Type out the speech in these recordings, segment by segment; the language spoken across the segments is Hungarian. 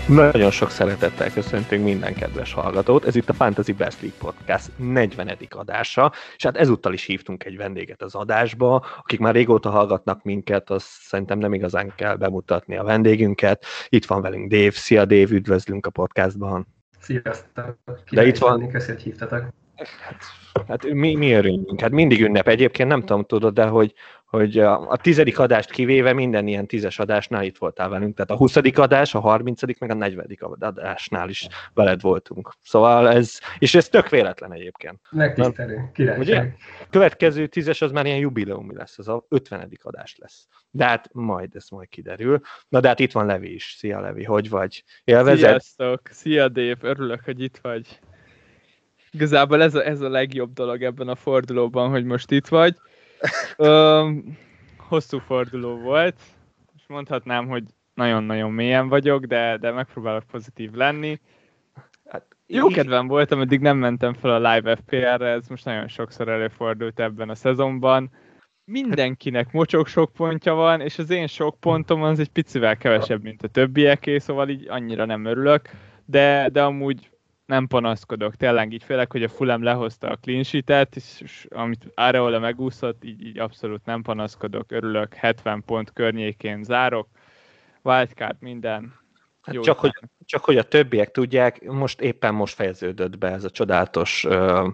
Nagyon sok szeretettel köszöntünk minden kedves hallgatót. Ez itt a Fantasy Best League Podcast 40. adása, és hát ezúttal is hívtunk egy vendéget az adásba, akik már régóta hallgatnak minket, azt szerintem nem igazán kell bemutatni a vendégünket. Itt van velünk Dave. Szia Dave, üdvözlünk a podcastban. Sziasztok! De itt van... Köszönöm, hogy hívtatok. Hát mi örülünk. Hát mindig ünnep. Egyébként nem tudom, tudod, de hogy a 10. adást kivéve minden ilyen 10-es adásnál itt voltál velünk. Tehát a 20. adás, a 30. meg a 40. adásnál is veled voltunk. Szóval ez tök véletlen egyébként. Megtisztelő, királyság. Ugye? Következő 10-es az már ilyen jubileumi lesz, az a 50. adás lesz. De hát ez majd kiderül. Na de hát itt van Levi is. Szia Levi, hogy vagy? Élvezed? Sziasztok! Szia Dave, örülök, hogy itt vagy. Igazából ez a legjobb dolog ebben a fordulóban, hogy most itt vagy. Hosszú forduló volt, és mondhatnám, hogy nagyon-nagyon mélyen vagyok, de megpróbálok pozitív lenni. Hát, jó kedvem voltam, eddig nem mentem fel a live FPR-re, ez most nagyon sokszor előfordult ebben a szezonban. Mindenkinek mocsok sok pontja van, és az én sok pontom az egy picivel kevesebb, mint a többieké, szóval így annyira nem örülök, de amúgy nem panaszkodok, tényleg így félek, hogy a Fulham lehozta a clean sheet-et, és amit Areola megúszott, így abszolút nem panaszkodok, örülök, 70 pont környékén zárok, wildcard minden. Hát csak hogy a többiek tudják, éppen most fejeződött be ez a csodálatos,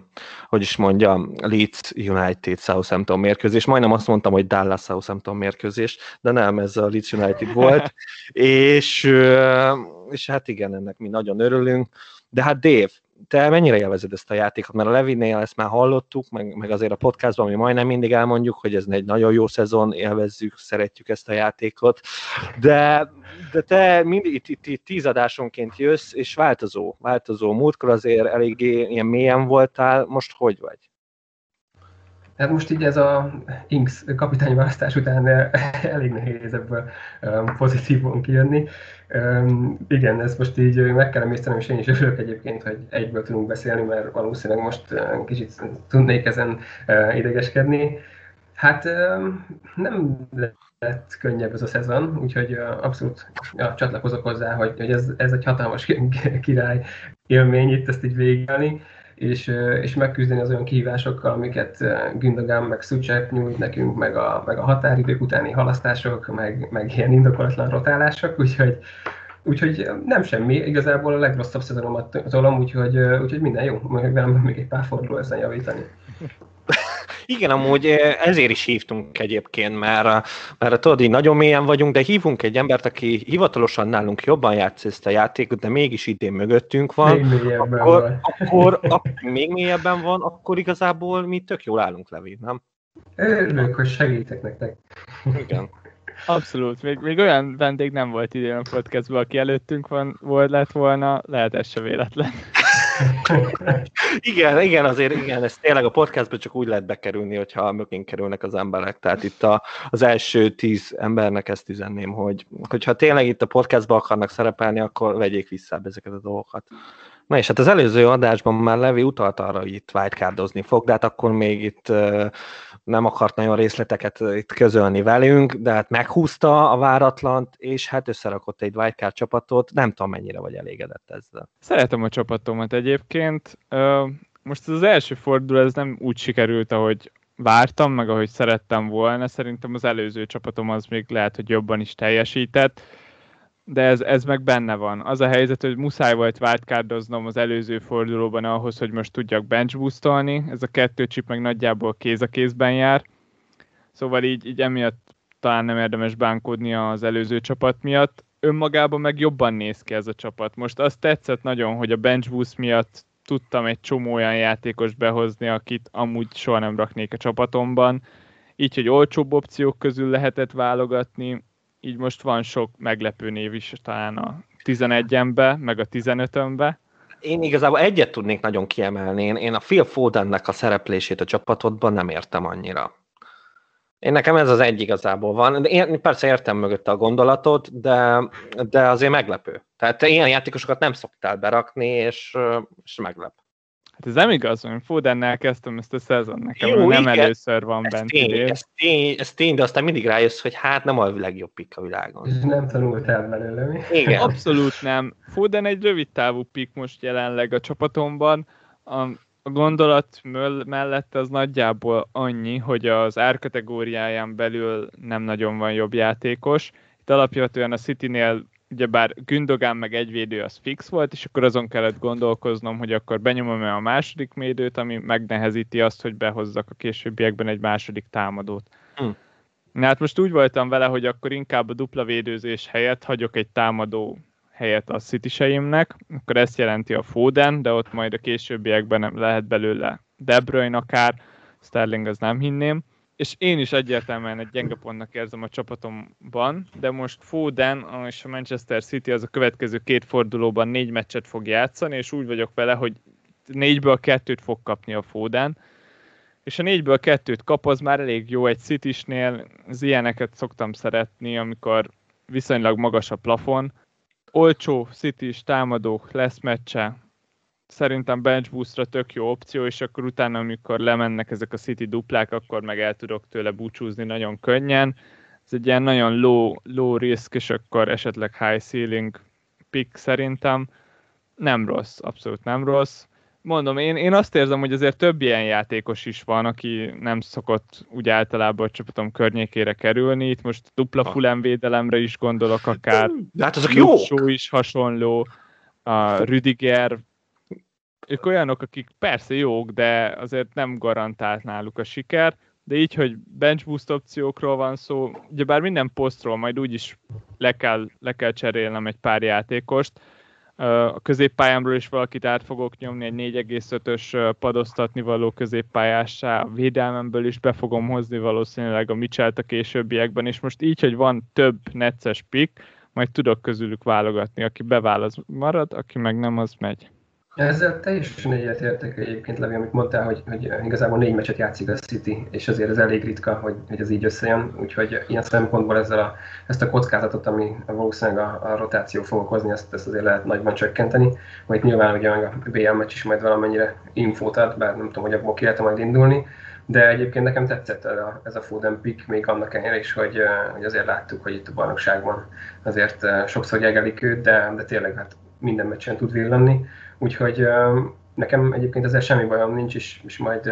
Leeds United Southampton mérkőzés. Majdnem azt mondtam, hogy Dallas Southampton mérkőzés, de nem, ez a Leeds United volt. és hát igen, ennek mi nagyon örülünk. De hát Dave, te mennyire élvezed ezt a játékot? Mert a Levinél ezt már hallottuk, meg azért a podcastban mi majdnem mindig elmondjuk, hogy ez egy nagyon jó szezon, élvezzük, szeretjük ezt a játékot, de te mindig itt 10 adásonként jössz, és változó. Múltkor azért eléggé ilyen mélyen voltál, most hogy vagy? Hát most így ez a Inks kapitányválasztás után elég nehéz ebből pozitívon kijönni. Igen, ezt most így meg kell emésztenem, és én is örülök egyébként, hogy egyből tudunk beszélni, mert valószínűleg most kicsit tudnék ezen idegeskedni. Hát nem lett könnyebb ez a szezon, úgyhogy abszolút csatlakozok hozzá, hogy ez egy hatalmas király élmény itt ezt így végigélni. És megküzdeni az olyan kihívásokkal, amiket Gündogan meg Souček nyújt nekünk, meg a határidők utáni halasztások, meg ilyen indokolatlan rotálások, úgyhogy nem semmi, igazából a legrosszabb szezonomat tolom, úgyhogy minden jó, velem még egy pár forduló ezen javítani. Igen, amúgy ezért is hívtunk egyébként, mert tudod, így nagyon mélyen vagyunk, de hívunk egy embert, aki hivatalosan nálunk jobban játszik ezt a játékot, de mégis idén mögöttünk van. Akkor még mélyebben van, akkor igazából mi tök jól állunk, Levi, nem? Örülök, hogy segítek nektek. Igen. Abszolút. Még olyan vendég nem volt idén a podcastban, aki előttünk lett volna, lehet ez se véletlen. Igen, azért igen, ez tényleg a podcastban csak úgy lehet bekerülni, hogyha mögénk kerülnek az emberek. Tehát itt az első 10 embernek ezt üzenném, hogyha tényleg itt a podcastban akarnak szerepelni, akkor vegyék vissza ezeket a dolgokat. Na és hát az előző adásban már Levi utalt arra, hogy itt wildcardozni fog, de hát akkor még itt nem akart nagyon részleteket itt közölni velünk, de hát meghúzta a váratlant, és hát összerakott egy wildcard csapatot, nem tudom mennyire vagy elégedett ezzel. Szeretem a csapatomat egyébként. Most az első forduló ez nem úgy sikerült, ahogy vártam, meg ahogy szerettem volna. Szerintem az előző csapatom az még lehet, hogy jobban is teljesített, de ez meg benne van. Az a helyzet, hogy muszáj volt wildcardoznom az előző fordulóban ahhoz, hogy most tudjak bench boostolni. Ez a 2 chip meg nagyjából kéz a kézben jár. Szóval így emiatt talán nem érdemes bánkódni az előző csapat miatt. Önmagában meg jobban néz ki ez a csapat. Most azt tetszett nagyon, hogy a bench boost miatt tudtam egy csomó olyan játékos behozni, akit amúgy soha nem raknék a csapatomban. Így, hogy olcsóbb opciók közül lehetett válogatni, így most van sok meglepő név is talán a 11-enbe, meg a 15-önbe. Én igazából egyet tudnék nagyon kiemelni. Én a Phil Fodennek a szereplését a csapatodban nem értem annyira. Nekem ez az egy igazából van. Én persze értem mögötte a gondolatot, de azért meglepő. Tehát te ilyen játékosokat nem szoktál berakni, és meglep. Hát ez nem igaz, hogy Fodennel kezdtem ezt a szezon, nekem Jó, nem igen. először van bent idén. Ez tény, de aztán mindig rájössz, hogy hát nem a legjobb pick a világon. És nem tanult el belőle mi? Igen. Abszolút nem. Foden egy rövid távú pick most jelenleg a csapatomban. A gondolat mellett az nagyjából annyi, hogy az árkategóriáján belül nem nagyon van jobb játékos. Itt alapvetően a Citynél ugyebár Gündogan meg egy védő az fix volt, és akkor azon kellett gondolkoznom, hogy akkor benyomom-e a második védőt, ami megnehezíti azt, hogy behozzak a későbbiekben egy második támadót. Na hát most úgy voltam vele, hogy akkor inkább a dupla védőzés helyett hagyok egy támadó helyet a City-seimnek, akkor ezt jelenti a Foden, de ott majd a későbbiekben nem lehet belőle De Bruyne akár, Sterling az nem hinném, és én is egyértelműen egy gyenge pontnak érzem a csapatomban, de most Foden és a Manchester City az a következő 2 fordulóban 4 meccset fog játszani, és úgy vagyok vele, hogy 4-ből 2-t fog kapni a Foden, és a 4-ből 2-t kap, az már elég jó egy City-snél, az ilyeneket szoktam szeretni, amikor viszonylag magas a plafon. Olcsó City-s támadók lesz meccse, szerintem bench boostra tök jó opció, és akkor utána, amikor lemennek ezek a City duplák, akkor meg el tudok tőle búcsúzni nagyon könnyen. Ez egy ilyen nagyon low risk, és akkor esetleg high ceiling pick szerintem. Nem rossz, abszolút nem rossz. Mondom, én azt érzem, hogy azért több ilyen játékos is van, aki nem szokott úgy általában a csapatom környékére kerülni. Itt most dupla Fulham védelemre is gondolok akár. De hát azok jók! Show is hasonló, a Rüdiger, ők olyanok, akik persze jók, de azért nem garantált náluk a siker, de így, hogy bench boost opciókról van szó, ugyebár minden posztról majd úgyis le kell cserélnem egy pár játékost. A középpályámról is valakit át fogok nyomni, egy 4,5-ös padoztatni való középpályássá, a védelmemből is be fogom hozni valószínűleg a Mitchellt a későbbiekben, és most így, hogy van több necces pick, majd tudok közülük válogatni, aki bevál, az marad, aki meg nem, az megy. Ezzel teljesen egyetértek egyébként, Levi, amit mondtál, hogy igazából 4 meccset játszik a City, és azért ez elég ritka, hogy ez így összejön, úgyhogy ilyen szempontból ezt a kockázatot, ami valószínűleg a rotáció fog okozni, ezt azért lehet nagyban csökkenteni. Majd nyilván ugye a BL meccs is majd valamennyire infót ad, bár nem tudom, hogy abból ki lehet majd indulni, de egyébként nekem tetszett ez a Foden pick, még annak ellenére is, hogy azért láttuk, hogy itt a bajnokságban azért sokszor jegelik őt, de tényleg hát minden meccsen tud villanni. Úgyhogy nekem egyébként ezzel semmi bajom nincs, és majd,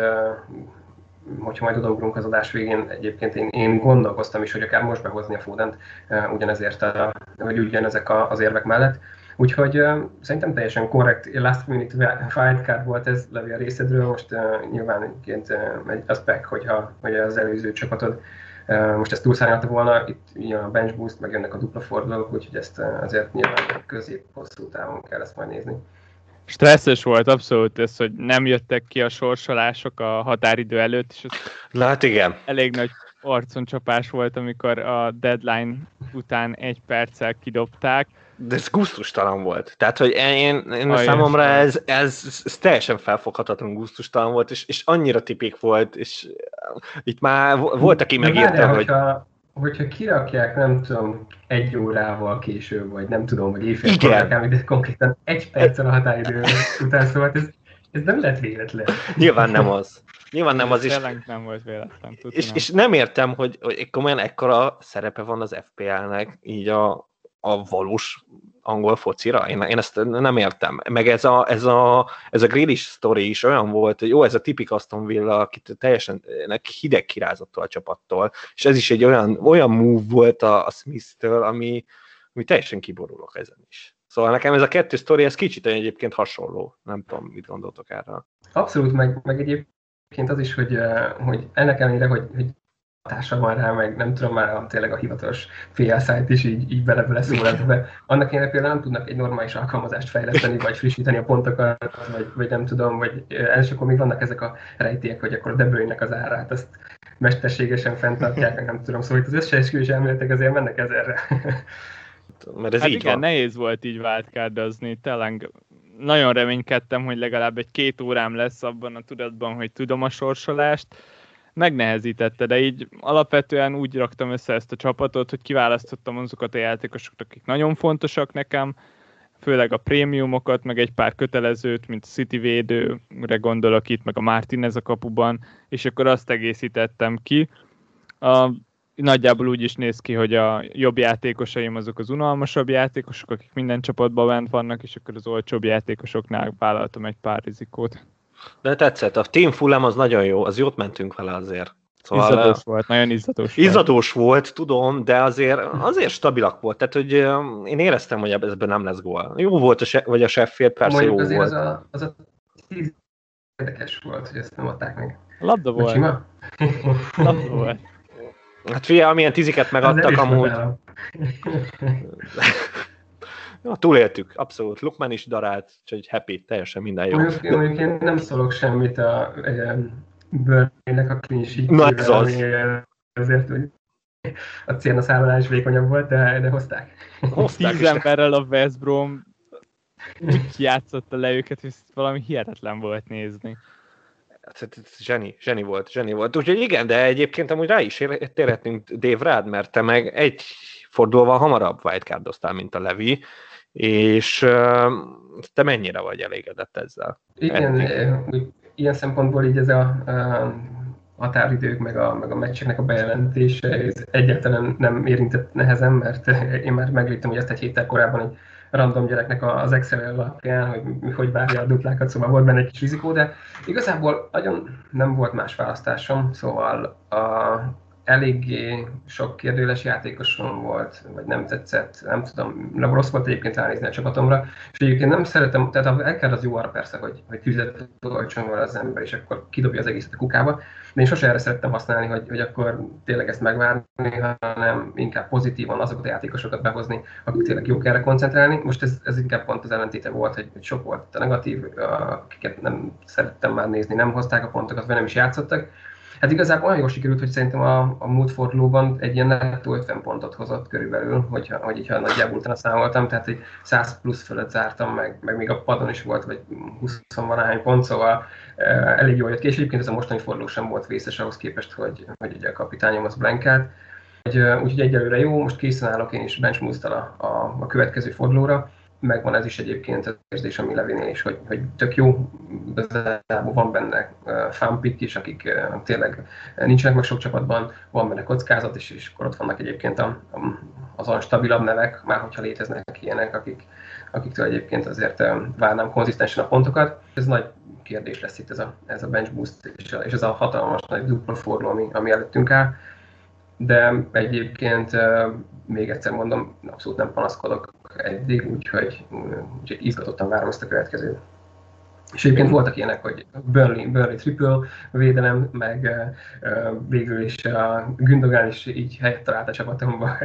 hogyha majd odaugrunk az adás végén, egyébként én gondolkoztam is, hogy akár most behozni a Fodent ugyanezért, vagy ugyanezek az érvek mellett. Úgyhogy szerintem teljesen korrekt, last minute wildcard volt ez, Levi, a részedről, most nyilván egyébként az back, hogy az előző csapatod most ezt túlszárnyalta volna, itt jön a bench boost, meg jönnek a dupla fordulók, úgyhogy ezt azért nyilván közép-hosszú távon kell ezt majd nézni. Stresszes volt abszolút ez, hogy nem jöttek ki a sorsolások a határidő előtt, és Na hát igen. elég nagy arconcsapás volt, amikor a deadline után 1 perccel kidobták. De ez gusztustalan volt. Tehát, hogy én számomra ez teljesen felfoghatatlan gusztustalan volt, és annyira tipik volt, és itt már volt, aki megírta, hogy... Hogyha kirakják, nem tudom, 1 órával később, vagy nem tudom, vagy éjfélkor, de konkrétan 1 perccel a határidő után, szóval ez nem lett véletlen. Nyilván nem az. És tényleg nem volt véletlen. És nem értem, hogy komolyan ekkora szerepe van az FPL-nek így a valós angol focira. Én ezt nem értem. Meg ez a Grealish sztori is olyan volt, hogy jó, ez a tipik Aston Villa, akit teljesen hideg kirázott a csapattól, és ez is egy olyan move volt a Smith-től, ami teljesen kiborulok ezen is. Szóval nekem ez a 2 sztori, ez kicsit egyébként hasonló. Nem tudom, mit gondoltok erről. Abszolút, meg egyébként az is, hogy ennek ellenére, hogy hatása van rá, meg nem tudom, már tényleg a hivatalos PL site is így bele szól ebbe. Annak én például nem tudnak egy normális alkalmazást fejleszteni, vagy frissíteni a pontokat, vagy nem tudom, vagy és akkor még vannak ezek a rejtélyek, hogy akkor a De Bruyne-nek az árát azt mesterségesen fenntartják, nem tudom, szóval itt az összeesküvés elméletek azért mennek ezerre. Mert ez hát így igen, van. nehéz volt így wildcardozni, tényleg nagyon reménykedtem, hogy legalább egy 2 órám lesz abban a tudatban, hogy tudom a sorsolást. Megnehezítette, de így alapvetően úgy raktam össze ezt a csapatot, hogy kiválasztottam azokat a játékosokat, akik nagyon fontosak nekem. főleg a prémiumokat, meg egy pár kötelezőt, mint a City védőre gondolok itt, meg a Martinez a kapuban, és akkor azt egészítettem ki. Nagyjából úgy is néz ki, hogy a jobb játékosaim azok az unalmasabb játékosok, akik minden csapatban bent vannak, és akkor az olcsóbb játékosoknál vállaltam egy pár rizikót. De tetszett, a Team Fulham az nagyon jó, az jót mentünk vele azért. Szóval izzados volt, nagyon izzados volt. Izzados volt, tudom, de azért stabilak volt. Tehát, hogy én éreztem, hogy ebben nem lesz gól. Jó volt, vagy a Sheffield persze mondjuk jó azért volt. az a 10 érdekes volt, hogy ezt nem adták meg. Labda volt. Sima? Labda volt. Hát figyelj, amilyen tiziket megadtak amúgy. Ja, túléltük, abszolút. Lukman is darált, úgyhogy happy, teljesen minden jó. Mondjuk én nem szólok semmit a Burnley-nek a clean Na ez az. Azért, hogy a célna számolás is vékonyabb volt, de hozták. 10 emberrel a West Brom úgy játszotta le őket, hogy valami hihetetlen volt nézni. Zseni volt. Úgyhogy igen, de egyébként amúgy rá is térhetünk Dave rád, mert te meg egy fordulóval hamarabb wildcardoztál, mint a Levi, és te mennyire vagy elégedett ezzel? Igen, ilyen szempontból így ez a határidők, meg a meccseknek a bejelentése, ez egyáltalán nem érintett nehezen, mert én már megléptem, hogy ezt egy héttel korábban egy random gyereknek az Excel alapján, hogy várja a duplákat, szóval volt benne egy kis rizikó, de igazából nagyon nem volt más választásom, szóval eléggé sok kérdőles játékosom volt, vagy nem tetszett, nem tudom, rossz volt egyébként ránézni a csapatomra, és egyébként nem szeretem, tehát a Elkár az jó arra persze, hogy tüzet olcsón van az ember, és akkor kidobja az egészet a kukába, de én sose erre szerettem használni, hogy akkor tényleg ezt megvárni, hanem inkább pozitívan azokat a játékosokat behozni, akik tényleg jók erre koncentrálni. Most ez inkább pont az ellentéte volt, hogy sok volt a negatív, akiket nem szerettem már nézni, nem hozták a pontokat, vagy nem is játszottak. Hát igazából olyan jól sikerült, hogy szerintem a múlt fordulóban egy ilyen nettó 50 pontot hozott körülbelül, hogy így nagyjából utána számoltam, tehát egy 100 plusz fölött zártam, meg még a padon is volt, vagy 20-valahány pont, szóval elég jól jött ki, és egyébként ez a mostani forduló sem volt vészes ahhoz képest, hogy ugye a kapitányom az blankált. Úgyhogy egyelőre jó, most készen állok én is benchboost-tal a következő fordulóra. Megvan ez is egyébként az érzés, ami Levinél is, hogy tök jó, igazából van benne fanpick is, akik tényleg nincsenek meg sok csapatban, van benne kockázat, és akkor ott vannak egyébként az olyan stabilabb nevek, már hogyha léteznek ilyenek, akiktől egyébként azért várnám konzisztensen a pontokat. Ez nagy kérdés lesz itt ez a bench boost, és ez a hatalmas nagy dupla forduló, ami előttünk áll. De egyébként még egyszer mondom, abszolút nem panaszkodok eddig, úgyhogy izgatottan várom ezt a következőt. És egyébként voltak ilyenek, hogy Burnley triple védelem, meg végül is a Gündogan is így helyet talált a csapatomba,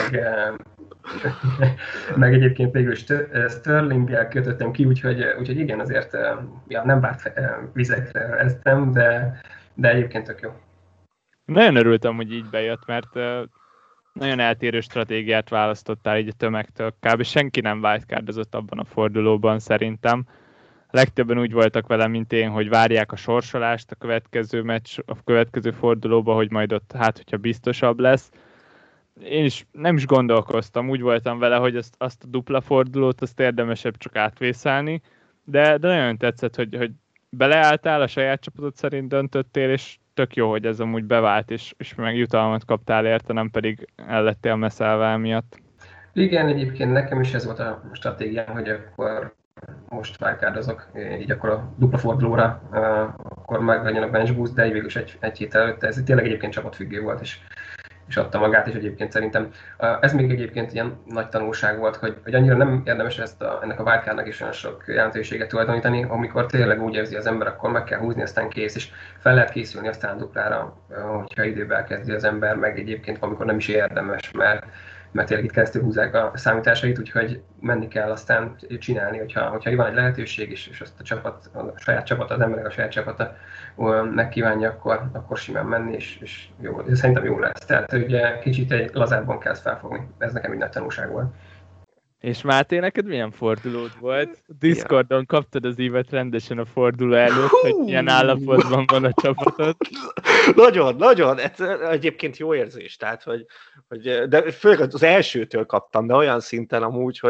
meg egyébként végül is Sterlinggel kötöttem ki, úgyhogy igen, azért nem várt vizekre eztem, de egyébként tök jó. Nagyon örültem, hogy így bejött, mert nagyon eltérő stratégiát választottál így a tömegtől. Kb. Senki nem wildcardozott abban a fordulóban szerintem. Legtöbben úgy voltak vele, mint én, hogy várják a sorsolást a következő fordulóba, hogy majd ott, hogyha biztosabb lesz. Én is nem is gondolkoztam, úgy voltam vele, hogy azt a dupla fordulót, azt érdemesebb csak átvészelni, de nagyon tetszett, hogy beleálltál, a saját csapatod szerint döntöttél, és tök jó, hogy ez amúgy bevált, és meg jutalmat kaptál érte, nem pedig el lettél meszelve emiatt. Igen, egyébként nekem is ez volt a stratégiám, hogy akkor most wildcardozok, így akkor a dupla fordulóra, akkor meglegyen a bench boost, de végül is egy héttel előtte, ez tényleg egyébként csapatfüggő volt, és adta magát, és egyébként szerintem ez még egyébként ilyen nagy tanulság volt, hogy annyira nem érdemes ennek a wildcardnak is olyan sok jelentőséget tulajdonítani, amikor tényleg úgy érzi az ember, akkor meg kell húzni, aztán kész, és fel lehet készülni aztán duplára, hogyha időben elkezdi az ember, meg egyébként amikor nem is érdemes, mert tényleg itt keresztül húzzák a számításait, úgyhogy menni kell aztán csinálni, hogyha van egy lehetőség, és azt a saját csapata, az embernek a saját csapata megkívánja, akkor simán menni, és jó, szerintem jó lesz. Tehát ugye kicsit egy lazábban kell ezt felfogni. Ez nekem minden tanulság volt. És Máté, neked milyen fordulód volt? Discordon kaptad az ívet rendesen a forduló előtt, hogy milyen állapotban van a csapatod? Nagyon. Ez egyébként jó érzés, tehát, hogy de főleg az elsőtől kaptam, de olyan szinten amúgy, hogy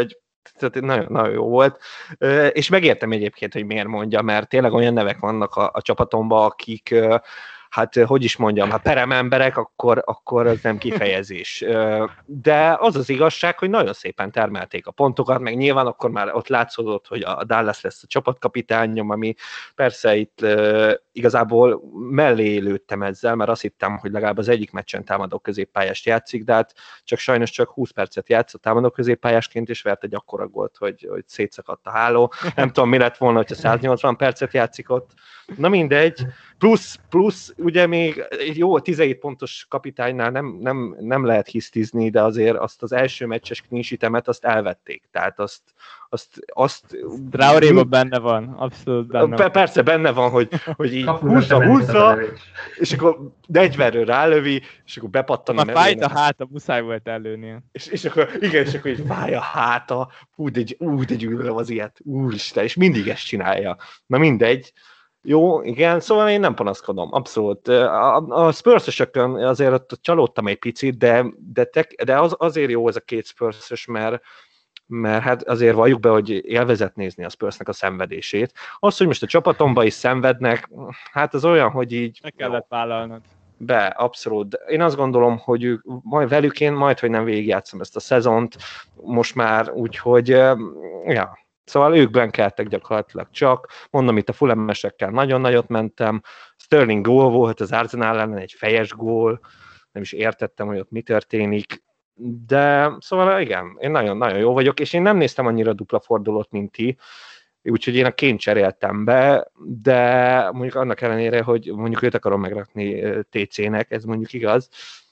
tehát nagyon, nagyon jó volt, és megértem egyébként, hogy miért mondja, mert tényleg olyan nevek vannak a csapatomban, akik, hát hogy is mondjam, ha perememberek, akkor az nem kifejezés. De az az igazság, hogy nagyon szépen termelték a pontokat, meg nyilván akkor már ott látszódott, hogy a Dallas lesz a csapatkapitányom, ami persze itt igazából mellé lőttem ezzel, mert azt hittem, hogy legalább az egyik meccsen támadó középpályást játszik, de hát sajnos csak 20 percet játszott támadó középpályásként, és vert egy akkora gólt, hogy szétszakadt a háló. Nem tudom, mi lett volna, hogyha 180 percet játszik ott. Na mindegy, plusz ugye még jó, 17 pontos kapitánynál nem lehet hisztizni, de azért azt az első meccses clean azt elvették, tehát azt Traoréban benne van, abszolút benne van. Persze benne van, hogy így húzza, és akkor 40-ről rálövi, és akkor bepattan a merének. Fájt a háta, muszáj volt előni. És akkor így fáj a háta, de gyűlölöm az ilyet, úristen, és mindig ezt csinálja. Na mindegy. Jó, igen, szóval én nem panaszkodom, abszolút. A Spurs-ösökön azért ott csalódtam egy picit, de azért jó ez a két Spurs-ös, mert hát azért valljuk be, hogy élvezett nézni a Spursnek a szenvedését. Az, hogy most a csapatomban is szenvednek, hát az olyan, hogy így... Meg kellett vállalnod. Abszolút. Én azt gondolom, hogy ők, velük én hogy nem végigjátszom ezt a szezont most már, úgyhogy ja. Szóval ők blenkeltek gyakorlatilag csak. Mondom, itt a Fulham-esekkel nagyon nagyot mentem. Sterling gól volt, az Arsenal ellen egy fejes gól. Nem is értettem, hogy ott mi történik. De szóval igen, én nagyon-nagyon jó vagyok, és én nem néztem annyira dupla fordulót, mint ti. Úgyhogy én a Kane cseréltem be, de mondjuk annak ellenére, hogy mondjuk őt akarom megrakni TC-nek, ez mondjuk igaz,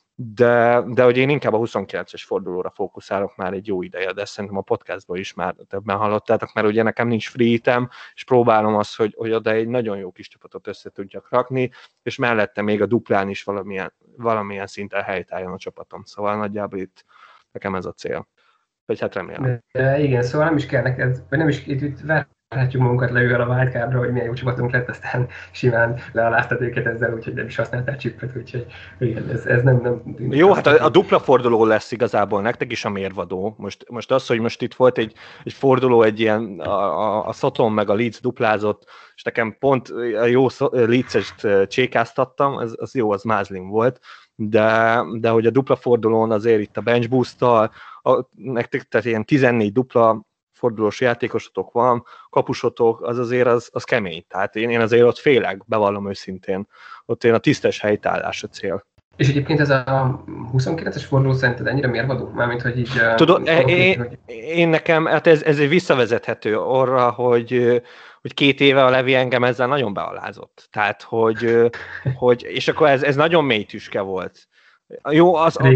de hogy én inkább a 29-es fordulóra fókuszálok már egy jó ideje, de szerintem a podcastban is már többen hallottátok, mert ugye nekem nincs free item, és próbálom azt, hogy oda egy nagyon jó kis csapatot össze tudjak rakni, és mellette még a duplán is valamilyen szinten helytálljon a csapatom. Szóval nagyjából itt nekem ez a cél. Vagy hát remélem. De igen, szóval nem is kell neked, vagy nem is itt várhatjuk magunkat leülve a wildcardra, hogy milyen jó csapatunk lett, aztán simán lealáztad őket ezzel, úgyhogy nem is használtál csippet, úgyhogy igen, ez nem... Jó, hát a dupla forduló lesz igazából nektek is a mérvadó. Most az, hogy most itt volt egy forduló, egy ilyen, a Soton meg a Leeds duplázott, és nekem pont a jó Leeds-est csékáztattam, az jó, az mázlim volt, de hogy a dupla fordulón azért itt a bench boost-tal, nektek tehát ilyen 14 dupla fordulós játékosotok van, kapusotok, az azért az kemény. Tehát én azért ott félek, bevallom őszintén. Ott én a tisztes helytállás a cél. És egyébként ez a 29-es forduló szerinted ennyire mérvadó? Mármint, hogy így... Tudod, én nekem, hát ez egy visszavezethető arra, hogy 2 éve a Levi engem ezzel nagyon bealázott. Tehát, hogy és akkor ez nagyon mély tüske volt. Jó,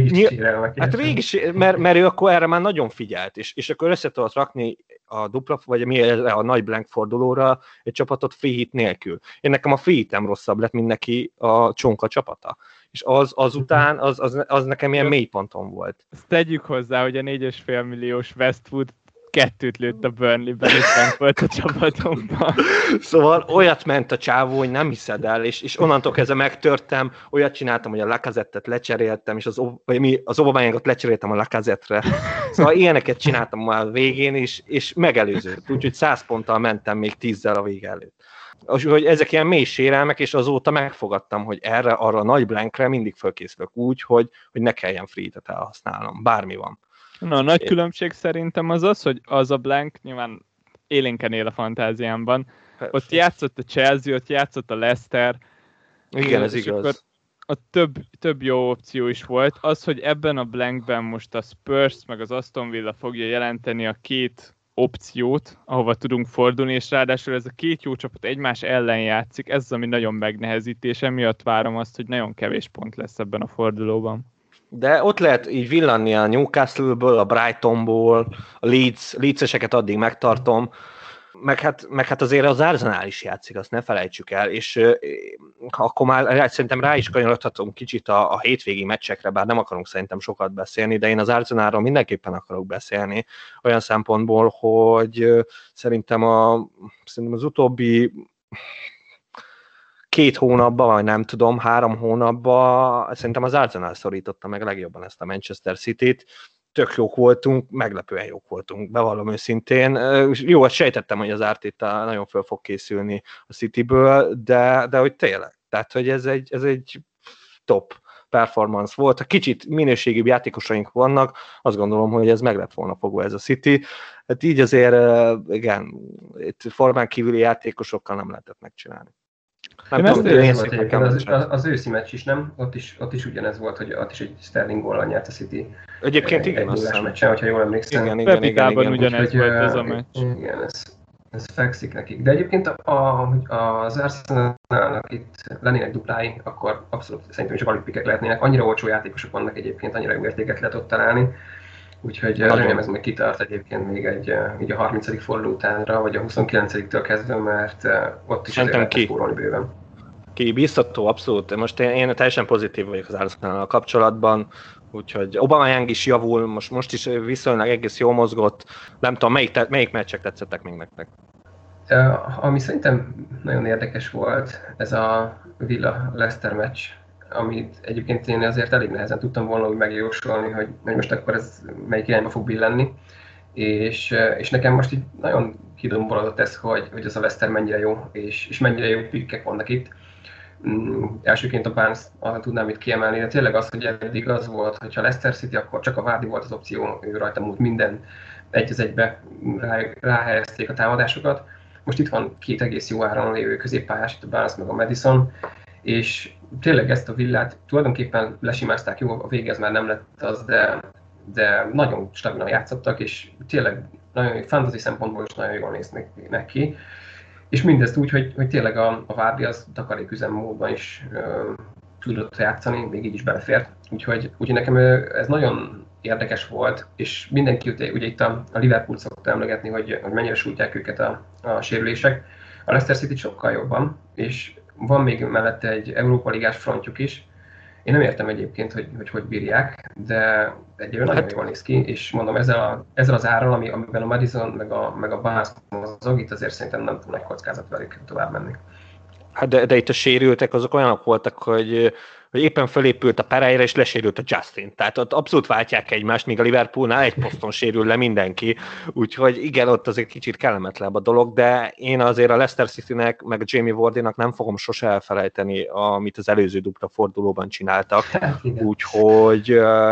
régi mert ő akkor erre már nagyon figyelt, és akkor össze tudott rakni a dupla, vagy a nagy blank fordulóra egy csapatot free hit nélkül. Én nekem a free hitem rosszabb lett, mint neki a Csonka csapata. És azután az nekem ilyen mélyponton volt. Ezt tegyük hozzá, hogy a 4,5 milliós Westwood 2 lőtt a Burnley-ben, és nem volt a csapatomban. Szóval olyat ment a csávó, hogy nem hiszed el, és onnantól kezdve megtörtem, olyat csináltam, hogy a Lacazette-et lecseréltem, és az Aubameyangot lecseréltem a Lacazette-re. Szóval ilyeneket csináltam már a végén, és megelőzött. Úgyhogy 100 ponttal mentem még 10-zel a vége előtt. Úgyhogy ezek ilyen mély sérelmek, és azóta megfogadtam, hogy arra a nagy blankre mindig fölkészülök úgy, hogy ne kelljen free-t elhasználnom. Bármi van. Na, a nagy különbség szerintem az, hogy az a blank nyilván élénken él a fantáziámban. Persze. Ott játszott a Chelsea, ott játszott a Leicester. Igen, ez igaz. A több jó opció is volt. Az, hogy ebben a blankben most a Spurs meg az Aston Villa fogja jelenteni a 2 opciót, ahova tudunk fordulni, és ráadásul ez a 2 jó csapat egymás ellen játszik, ez az, ami nagyon megnehezíti, és emiatt várom azt, hogy nagyon kevés pont lesz ebben a fordulóban. De ott lehet így villanni a Newcastle-ből, a Brightonból, a Leeds-eseket addig megtartom, meg hát azért az Arsenal is játszik, azt ne felejtsük el, és akkor már szerintem rá is kanyarodhatunk kicsit a hétvégi meccsekre, bár nem akarunk szerintem sokat beszélni, de én az Arsenalról mindenképpen akarok beszélni, olyan szempontból, hogy szerintem az utóbbi 2 hónapban, vagy nem tudom, 3 hónapban szerintem az Arsenal szorította meg legjobban ezt a Manchester Cityt, tök jók voltunk, meglepően jók voltunk, bevallom őszintén. Jó, azt sejtettem, hogy az Arteta nagyon föl fog készülni a Cityből, de hogy tényleg, tehát hogy ez egy top performance volt. Ha kicsit minőségibb játékosaink vannak, azt gondolom, hogy ez meg lett volna fogva ez a City. Hát így azért, igen, itt formán kívüli játékosokkal nem lehetett megcsinálni. Az őszi meccs is, nem? Ott is ugyanez volt, hogy ott is egy Sterling góllal nyert a City. Egyébként igen, azt hiszem. Meccsen, hogyha jól emlékszem. Igen. Ugyanez volt ez a meccs. Igen, ez fekszik nekik. De egyébként az Arsenalnak itt lennének duplái, akkor abszolút szerintem csak alapikek lehetnének. Annyira olcsó játékosok vannak egyébként, annyira jó értéket lehet ott találni. Úgyhogy remélem ez meg kitart egyébként még így a 30. forduló utánra, vagy a 29-től kezdve, mert ott is azért lehet spórolni bőven. Biztató, abszolút. Most én teljesen pozitív vagyok az Arsenal kapcsolatban, úgyhogy Aubameyang is javul, most is viszonylag egész jól mozgott. Nem tudom, melyik meccsek tetszettek még nektek? Ami szerintem nagyon érdekes volt, ez a Villa-Leicester meccs, amit egyébként én azért elég nehezen tudtam volna úgy megjósolni, hogy most akkor ez melyik irányba fog billenni. És nekem most így nagyon kidomborodott ez, hogy ez a Leicester mennyire jó, és mennyire jó pikkek vannak itt. Elsőként a Barnes tudnám itt kiemelni, de tényleg az, hogy eddig az volt, hogyha Leicester City, akkor csak a Vardy volt az opció, ő rajta múlt minden egy az egybe ráhelyezték a támadásokat. Most itt van két egész jó áron lévő középpályás, itt a Barnes meg a Madison, és tényleg ezt a Villát tulajdonképpen lesimázták, jó, a vége ez már nem lett az, de nagyon stabilan játszottak, és tényleg nagyon fantasy szempontból is nagyon jól néznek ki. És mindezt úgy, hogy tényleg a Vardy az takaréküzemmódban is tudott játszani, még így is belefért. Úgyhogy nekem ez nagyon érdekes volt, és mindenki ugye itt a Liverpool szokta emlegetni, hogy mennyire sújtják őket a sérülések. A Leicester City sokkal jobban, és van még mellette egy Európa Ligás frontjuk is. Én nem értem egyébként, hogy bírják, de egyébként nagyon jól néz ki, és mondom, ezzel az árral, amiben a Madison meg a Barnes mozog, itt azért szerintem nem túl nagy kockázat velük tovább menni. Hát de itt a sérültek azok olyanok voltak, hogy éppen fölépült a Pereira és lesérült a Justin. Tehát ott abszolút váltják egymást, míg a Liverpoolnál egy poszton sérül le mindenki. Úgyhogy igen, ott azért kicsit kellemetlenebb a dolog, de én azért a Leicester Citynek, meg a Jamie Vardynak nem fogom sose elfelejteni, amit az előző dupla fordulóban csináltak. Úgyhogy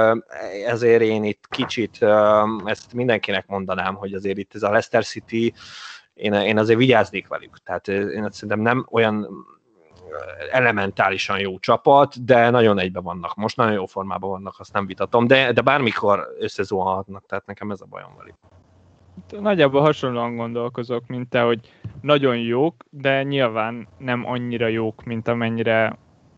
ezért én itt kicsit ezt mindenkinek mondanám, hogy azért itt ez a Leicester City, én azért vigyáznék velük. Tehát én szerintem nem olyan elementálisan jó csapat, de nagyon egyben vannak. Most nagyon jó formában vannak, azt nem vitatom, de bármikor összezuhanhatnak, tehát nekem ez a bajom velük. Nagyjából hasonlóan gondolkozok, mint te, hogy nagyon jók, de nyilván nem annyira jók, mint amennyire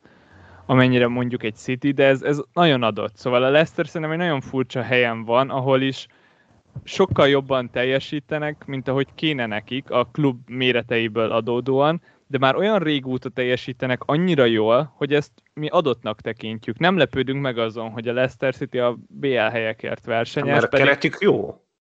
mondjuk egy City, de ez nagyon adott. Szóval a Leicester szerintem egy nagyon furcsa helyen van, ahol is sokkal jobban teljesítenek, mint ahogy kéne nekik a klub méreteiből adódóan, de már olyan régóta teljesítenek annyira jól, hogy ezt mi adottnak tekintjük. Nem lepődünk meg azon, hogy a Leicester City a BL helyekért versenyez. Mert a keretük jó.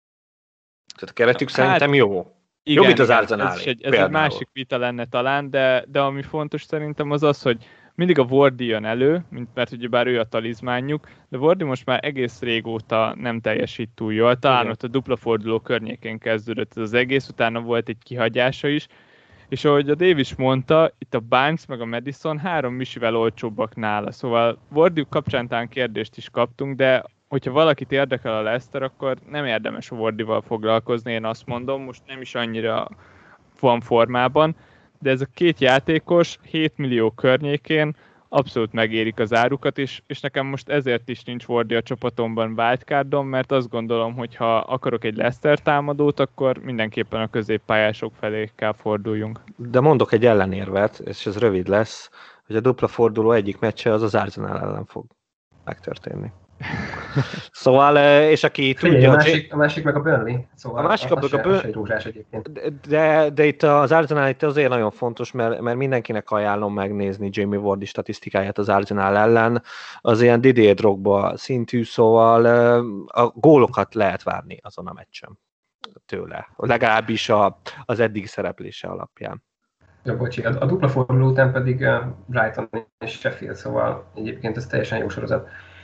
Tehát a keretük szerintem jó. Igen, jobb, mint az Arsenal. Ez egy másik vita lenne talán, de ami fontos szerintem az, hogy mindig a Vardy jön elő, mert ugyebár ő a talizmánjuk, de Vardy most már egész régóta nem teljesít túl jól. Talán ott a dupla forduló környékén kezdődött ez az egész, utána volt egy kihagyása is, és ahogy a Dave is mondta, itt a Barnes meg a Madison 3 misivel olcsóbbak nála. Szóval Vardy kapcsán talán kérdést is kaptunk, de hogyha valakit érdekel a Leicester, akkor nem érdemes a Vardyval foglalkozni, én azt mondom, most nem is annyira van formában, de ez a két játékos 7 millió környékén abszolút megérik az árukat, és nekem most ezért is nincs Vardy a csapatomban wildcardom, mert azt gondolom, hogy ha akarok egy Leicester támadót, akkor mindenképpen a középpályások felé kell forduljunk. De mondok egy ellenérvet, és ez rövid lesz, hogy a dupla forduló egyik meccse az Arsenal ellen fog megtörténni. Szóval, és aki tudja... A másik meg a Burnley. Szóval a másik meg a Burnley. De itt az Arsenal itt azért nagyon fontos, mert mindenkinek ajánlom megnézni Jamie Vardy statisztikáját az Arsenal ellen. Az ilyen Didier Drogba szintű, szóval a gólokat lehet várni azon a meccsen tőle. Legalábbis az eddig szereplése alapján. Ja, bocsi, a dupla forduló után pedig Brighton és Sheffield, szóval egyébként ez teljesen jó sorozat.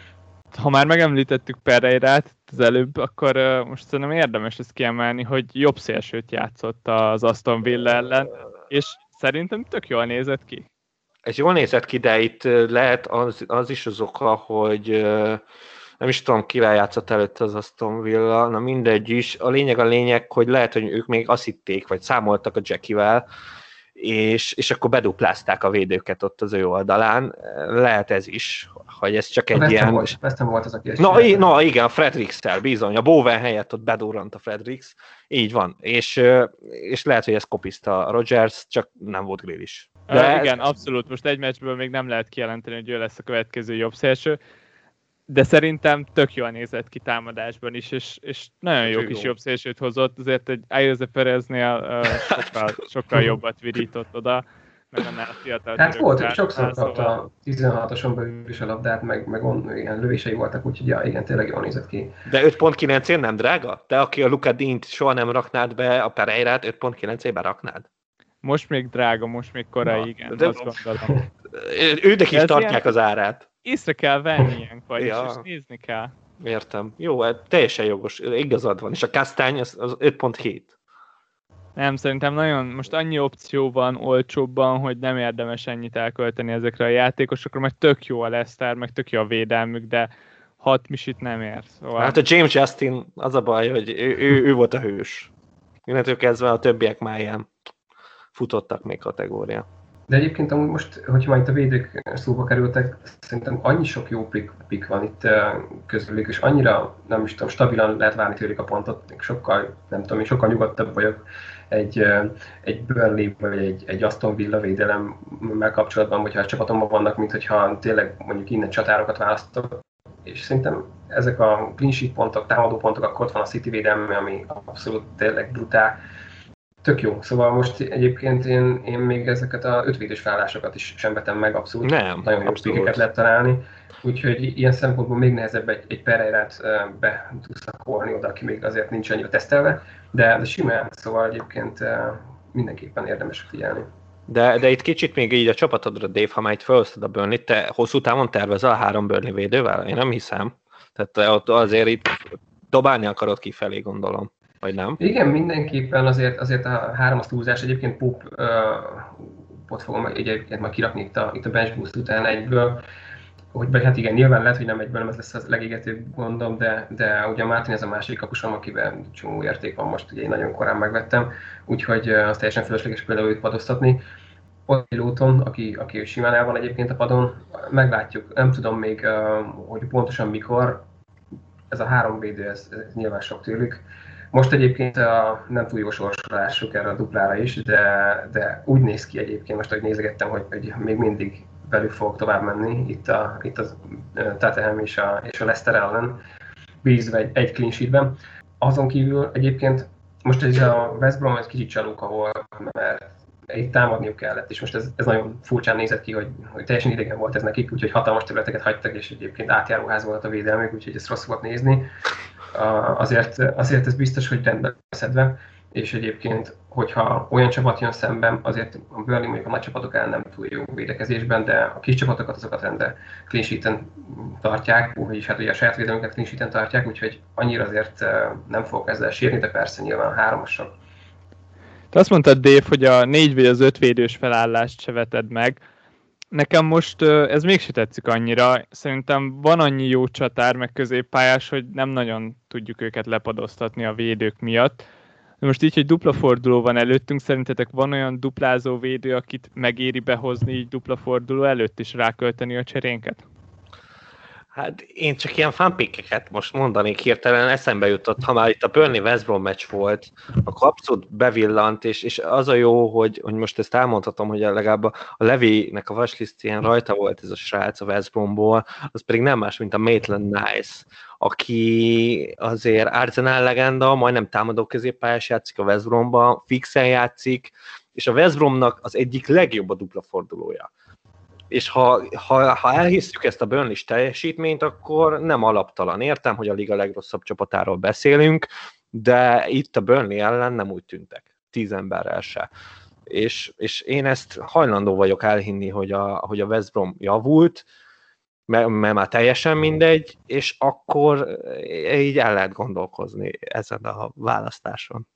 Ha már megemlítettük Pereirát az előbb, akkor most szerintem érdemes ezt kiemelni, hogy jobb szélsőt játszott az Aston Villa ellen, és szerintem tök jól nézett ki. Ez jól nézett ki, de itt lehet az is az oka, hogy nem is tudom, kivel játszott előtt az Aston Villa, na mindegy is. A lényeg, hogy lehet, hogy ők még azt hitték, vagy számoltak a Jackivel, és akkor beduplázták a védőket ott az ő oldalán. Lehet ez is, hogy ez csak egy ilyen... West Ham volt az, aki Na igen, a Fredericks-tel bizony. A Bowen helyett ott bedurrant a Fredericks. Így van. És lehet, hogy ez kopiszta a Rodgers, csak nem volt Grealish. De igen, abszolút. Most egy meccsből még nem lehet kijelenteni, hogy ő lesz a következő jobb szélső. De szerintem tök jól nézett ki támadásban is, és nagyon jó kis jobb szélsőt hozott, azért egy Ayoze Pereznél sokkal jobbat virított oda, meg annál a fiatal. Hát volt, sokszor kapta a 16-oson belül is a labdát, meg ilyen lövései voltak, úgyhogy ja, igen, tényleg jól nézett ki. De 5.9-én nem drága? Te, aki a Luka Dint soha nem raknád be, a Pereirát 5.9-ében raknád? Most még drága, most még korai, igen, azt gondolom. Őnek is tartják az árát. Észre kell venni ilyenkor, és nézni kell. Értem. Jó, teljesen jogos, igazad van. És a Kastány az 5.7. Nem, szerintem nagyon, most annyi opció van olcsóbban, hogy nem érdemes ennyit elkölteni ezekre a játékosokra, meg tök jó a Leicester, meg tök jó a védelmük, de 6 misit nem ér. Szóval... Hát a James Justin, az a baj, hogy ő volt a hős. Innentől kezdve a többiek már ilyen futottak még kategória. De egyébként amúgy most, hogyha már itt a védők szóba kerültek, szerintem annyi sok jó pick van itt közülük, és annyira, nem is tudom, stabilan lehet várni tőlük a pontot, sokkal, nem tudom, én sokkal nyugodtabb vagyok egy Burnley vagy egy Aston Villa védelemmel kapcsolatban, hogyha a csapatomban vannak, mint hogyha tényleg mondjuk innen csatárokat választok. És szerintem ezek a clean sheet pontok, támadó pontok, akkor ott van a City védelme, ami abszolút tényleg brutál. Tök jó. Szóval most egyébként én még ezeket a 5 védős felállásokat is sem vetem meg, abszolút. Nem, nagyon jó pikeket lehet találni. Úgyhogy ilyen szempontból még nehezebb egy Pereirát be szakolni oda, aki még azért nincs annyira tesztelve, de simán, szóval egyébként mindenképpen érdemes figyelni. De itt kicsit még így a csapatodra, Dave, ha már itt felhoztad a Burnley-t, te hosszú távon tervezel a 3 Burnley védővel? Én nem hiszem. Tehát ott azért itt dobálni akarod kifelé, gondolom. Vagy nem? Igen, mindenképpen azért a 3 az túlzás. Egyébként Pope-ot fogom egyébként majd kirakni itt a bench boost után egyből. Hogy hát igen, nyilván lehet, hogy nem egyből, nem ez lesz a legégetőbb gondom, de ugye Martin ez a másik kapusom, akiben csomó érték van most, ugye én nagyon korán megvettem, úgyhogy az teljesen fölösleges például őt padoztatni. Ott Luton, aki simán el van egyébként a padon, meglátjuk, nem tudom még, hogy pontosan mikor, ez a 3 védő, ez nyilván sok tőlük. Most egyébként nem túl jó sorsolásuk erre a duplára is, de úgy néz ki egyébként, most ahogy nézegettem, hogy még mindig velük fogok tovább menni itt a Tottenham és a Leicester ellen, bízva egy clean sheetben. Azon kívül egyébként most ez a West Brom egy kicsit csalók, ahol mert itt támadniuk kellett, és most ez nagyon furcsán nézett ki, hogy teljesen idegen volt ez nekik, úgyhogy hatalmas területeket hagytak, és egyébként átjáróház volt a védelmük, úgyhogy ez rossz volt nézni. Azért ez biztos, hogy rendben szedve, és egyébként, hogyha olyan csapat jön szemben, azért a Burnley mondjuk a nagy csapatok ellen nem túl jó védekezésben, de a kis csapatokat azokat rendben clean sheeten tartják, vagyis hát ugye a saját védelmünket clean sheeten tartják, úgyhogy annyira azért nem fogok ezzel sírni, de persze nyilván 3-asok. Te azt mondtad, Dave, hogy a 4 vagy az 5 védős felállást se veted meg. Nekem most ez mégse tetszik annyira. Szerintem van annyi jó csatár, meg középpályás, hogy nem nagyon tudjuk őket lepadoztatni a védők miatt. Most így, hogy dupla forduló van előttünk, szerintetek van olyan duplázó védő, akit megéri behozni így dupla forduló előtt is rákölteni a cserénket? Hát én csak ilyen fanpickeket most mondanék hirtelen, eszembe jutott, ha már itt a Burnley West Brom meccs volt, akkor abszolút bevillant, és az a jó, hogy most ezt elmondhatom, hogy legalább a Levi-nek a watchlistjén rajta volt ez a srác a West Bromból, az pedig nem más, mint a Maitland Nice, aki azért Arsenal legenda, majdnem támadó középpályás játszik a West Bromban, fixen játszik, és a West Bromnak az egyik legjobb a dupla fordulója. És ha elhisszük ezt a Burnley-s teljesítményt, akkor nem alaptalan. Értem, hogy a liga legrosszabb csapatáról beszélünk, de itt a Burnley ellen nem úgy tűntek. 10 emberrel se. És én ezt hajlandó vagyok elhinni, hogy a West Brom javult, mert már teljesen mindegy, és akkor így el lehet gondolkozni ezen a választáson.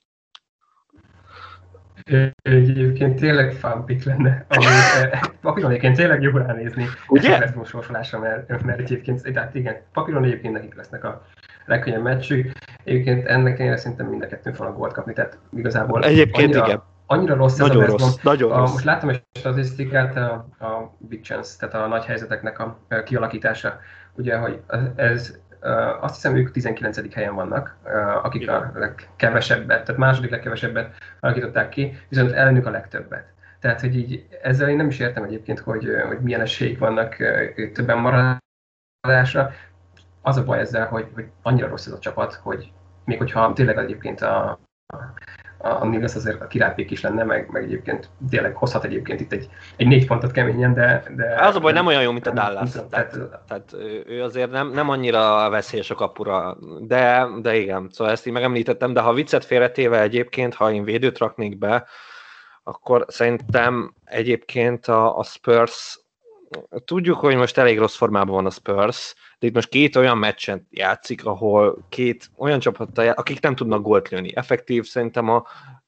Egyébként tényleg fanpick lenne, papíron egyébként tényleg jó ránézni ezt a sorsolásra, mert egyébként, tehát igen, papíron egyébként nekik lesznek a legkönnyebb meccsük. Egyébként ennek én szerintem mind a kettőn fognak gólt kapni, tehát igazából egyébként annyira rossz nagyon ez rossz, nagyon rossz. Most láttam egy statisztikát, a big chance, tehát a nagy helyzeteknek a kialakítása, ugye, hogy ez azt hiszem, ők 19. helyen vannak, akik a legkevesebbet, tehát második legkevesebbet alakították ki, viszont ellenük a legtöbbet. Tehát, hogy így ezzel én nem is értem egyébként, hogy milyen esélyek vannak többen maradásra. Az a baj ezzel, hogy annyira rossz ez a csapat, hogy még hogyha tényleg egyébként a Nils azért a királypék is lenne, meg egyébként tényleg hozhat egyébként itt egy 4 pontot keményen, de... Az a baj, nem olyan jó, mint a Dallas. Tehát ő azért nem annyira veszélyes a kapura, de igen, szóval ezt így megemlítettem, de ha viccet félretéve egyébként, ha én védőt raknék be, akkor szerintem egyébként a Spurs, tudjuk, hogy most elég rossz formában van a Spurs, de itt most 2 olyan meccsen játszik, ahol 2 olyan csapattal, akik nem tudnak gólt lőni. Effektív szerintem a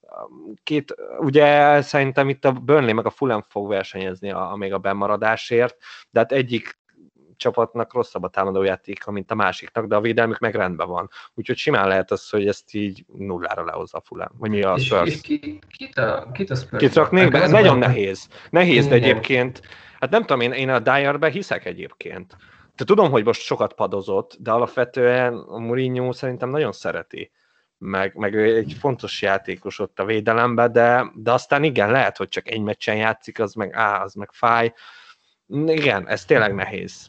2, ugye szerintem itt a Burnley meg a Fulham fog versenyezni még a bennmaradásért, de hát egyik csapatnak rosszabb a támadójátéka, mint a másiknak, de a védelmük meg rendben van. Úgyhogy simán lehet az, hogy ezt így 0-ra lehozza a Fulham. Vagy mi a Spurs? És kit a Spurs? Kit raknék be? Nagyon nehéz. Nehéz, de egyébként, hát nem tudom, én a Dyerbe hiszek egyébként. De tudom, hogy most sokat padozott, de alapvetően a Mourinho szerintem nagyon szereti. Meg egy fontos játékos ott a védelemben, de aztán igen, lehet, hogy csak egy meccsen játszik, az meg fáj. Igen, ez tényleg nehéz.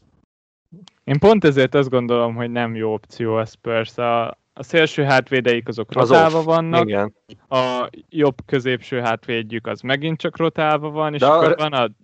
Én pont ezért azt gondolom, hogy nem jó opció a Spurs. A szélső hátvédeik azok rotálva vannak, igen. A jobb középső hátvédjük az megint csak rotálva van, és akkor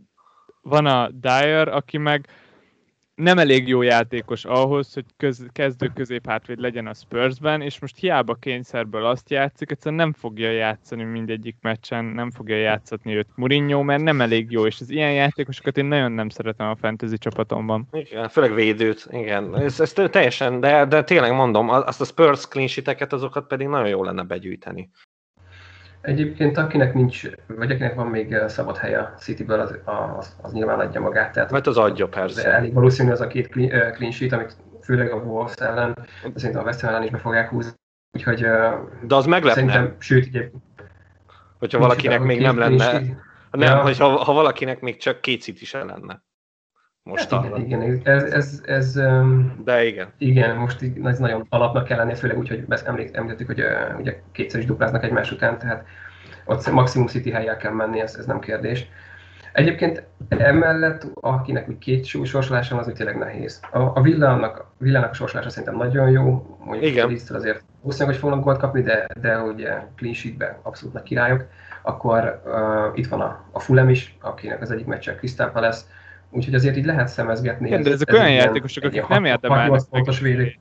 van a Dyer, aki meg nem elég jó játékos ahhoz, hogy kezdő középhátvéd legyen a Spursben, és most hiába kényszerből azt játszik, egyszerűen nem fogja játszani mindegyik meccsen, nem fogja játszatni őt Mourinho, mert nem elég jó, és az ilyen játékosokat én nagyon nem szeretem a fantasy csapatomban. Igen, főleg védőt, igen. Ez teljesen, de tényleg mondom, azt a Spurs clean sheet-eket, azokat pedig nagyon jó lenne begyűjteni. Egyébként akinek nincs, vagy akinek van még szabad hely a Cityből, az nyilván adja magát. Tehát mert az adja, persze. Elég valószínű az a 2 clean sheet, amit főleg a Wolves ellen, szerintem a West Ham ellen is be fogják húzni. Úgyhogy, de az meglepne. Szerintem, sőt, így, hogyha valakinek még nem lenne. Nem, ha valakinek még csak 2 City is lenne. Most hát igen, ez de igen. Igen, most ez nagyon alapnak kell lennie, főleg úgy, hogy említettük, hogy ugye 2-szer is dupláznak egymás után, tehát ott maximum City helyjel kell menni, ez nem kérdés. Egyébként emellett, akinek úgy 2 sorsolása van, az úgy tényleg nehéz. A Villának a sorsolása szerintem nagyon jó, mondjuk Lisztől azért valószínűleg, hogy fognak gólt kapni, de ugye clean sheetben abszolút nagy királyok. Akkor itt van a Fulham is, akinek az egyik meccse Crystal Palace, úgyhogy azért így lehet szemezgetni. Igen, de ezek olyan játékosok, akik nem érdemelnek meg.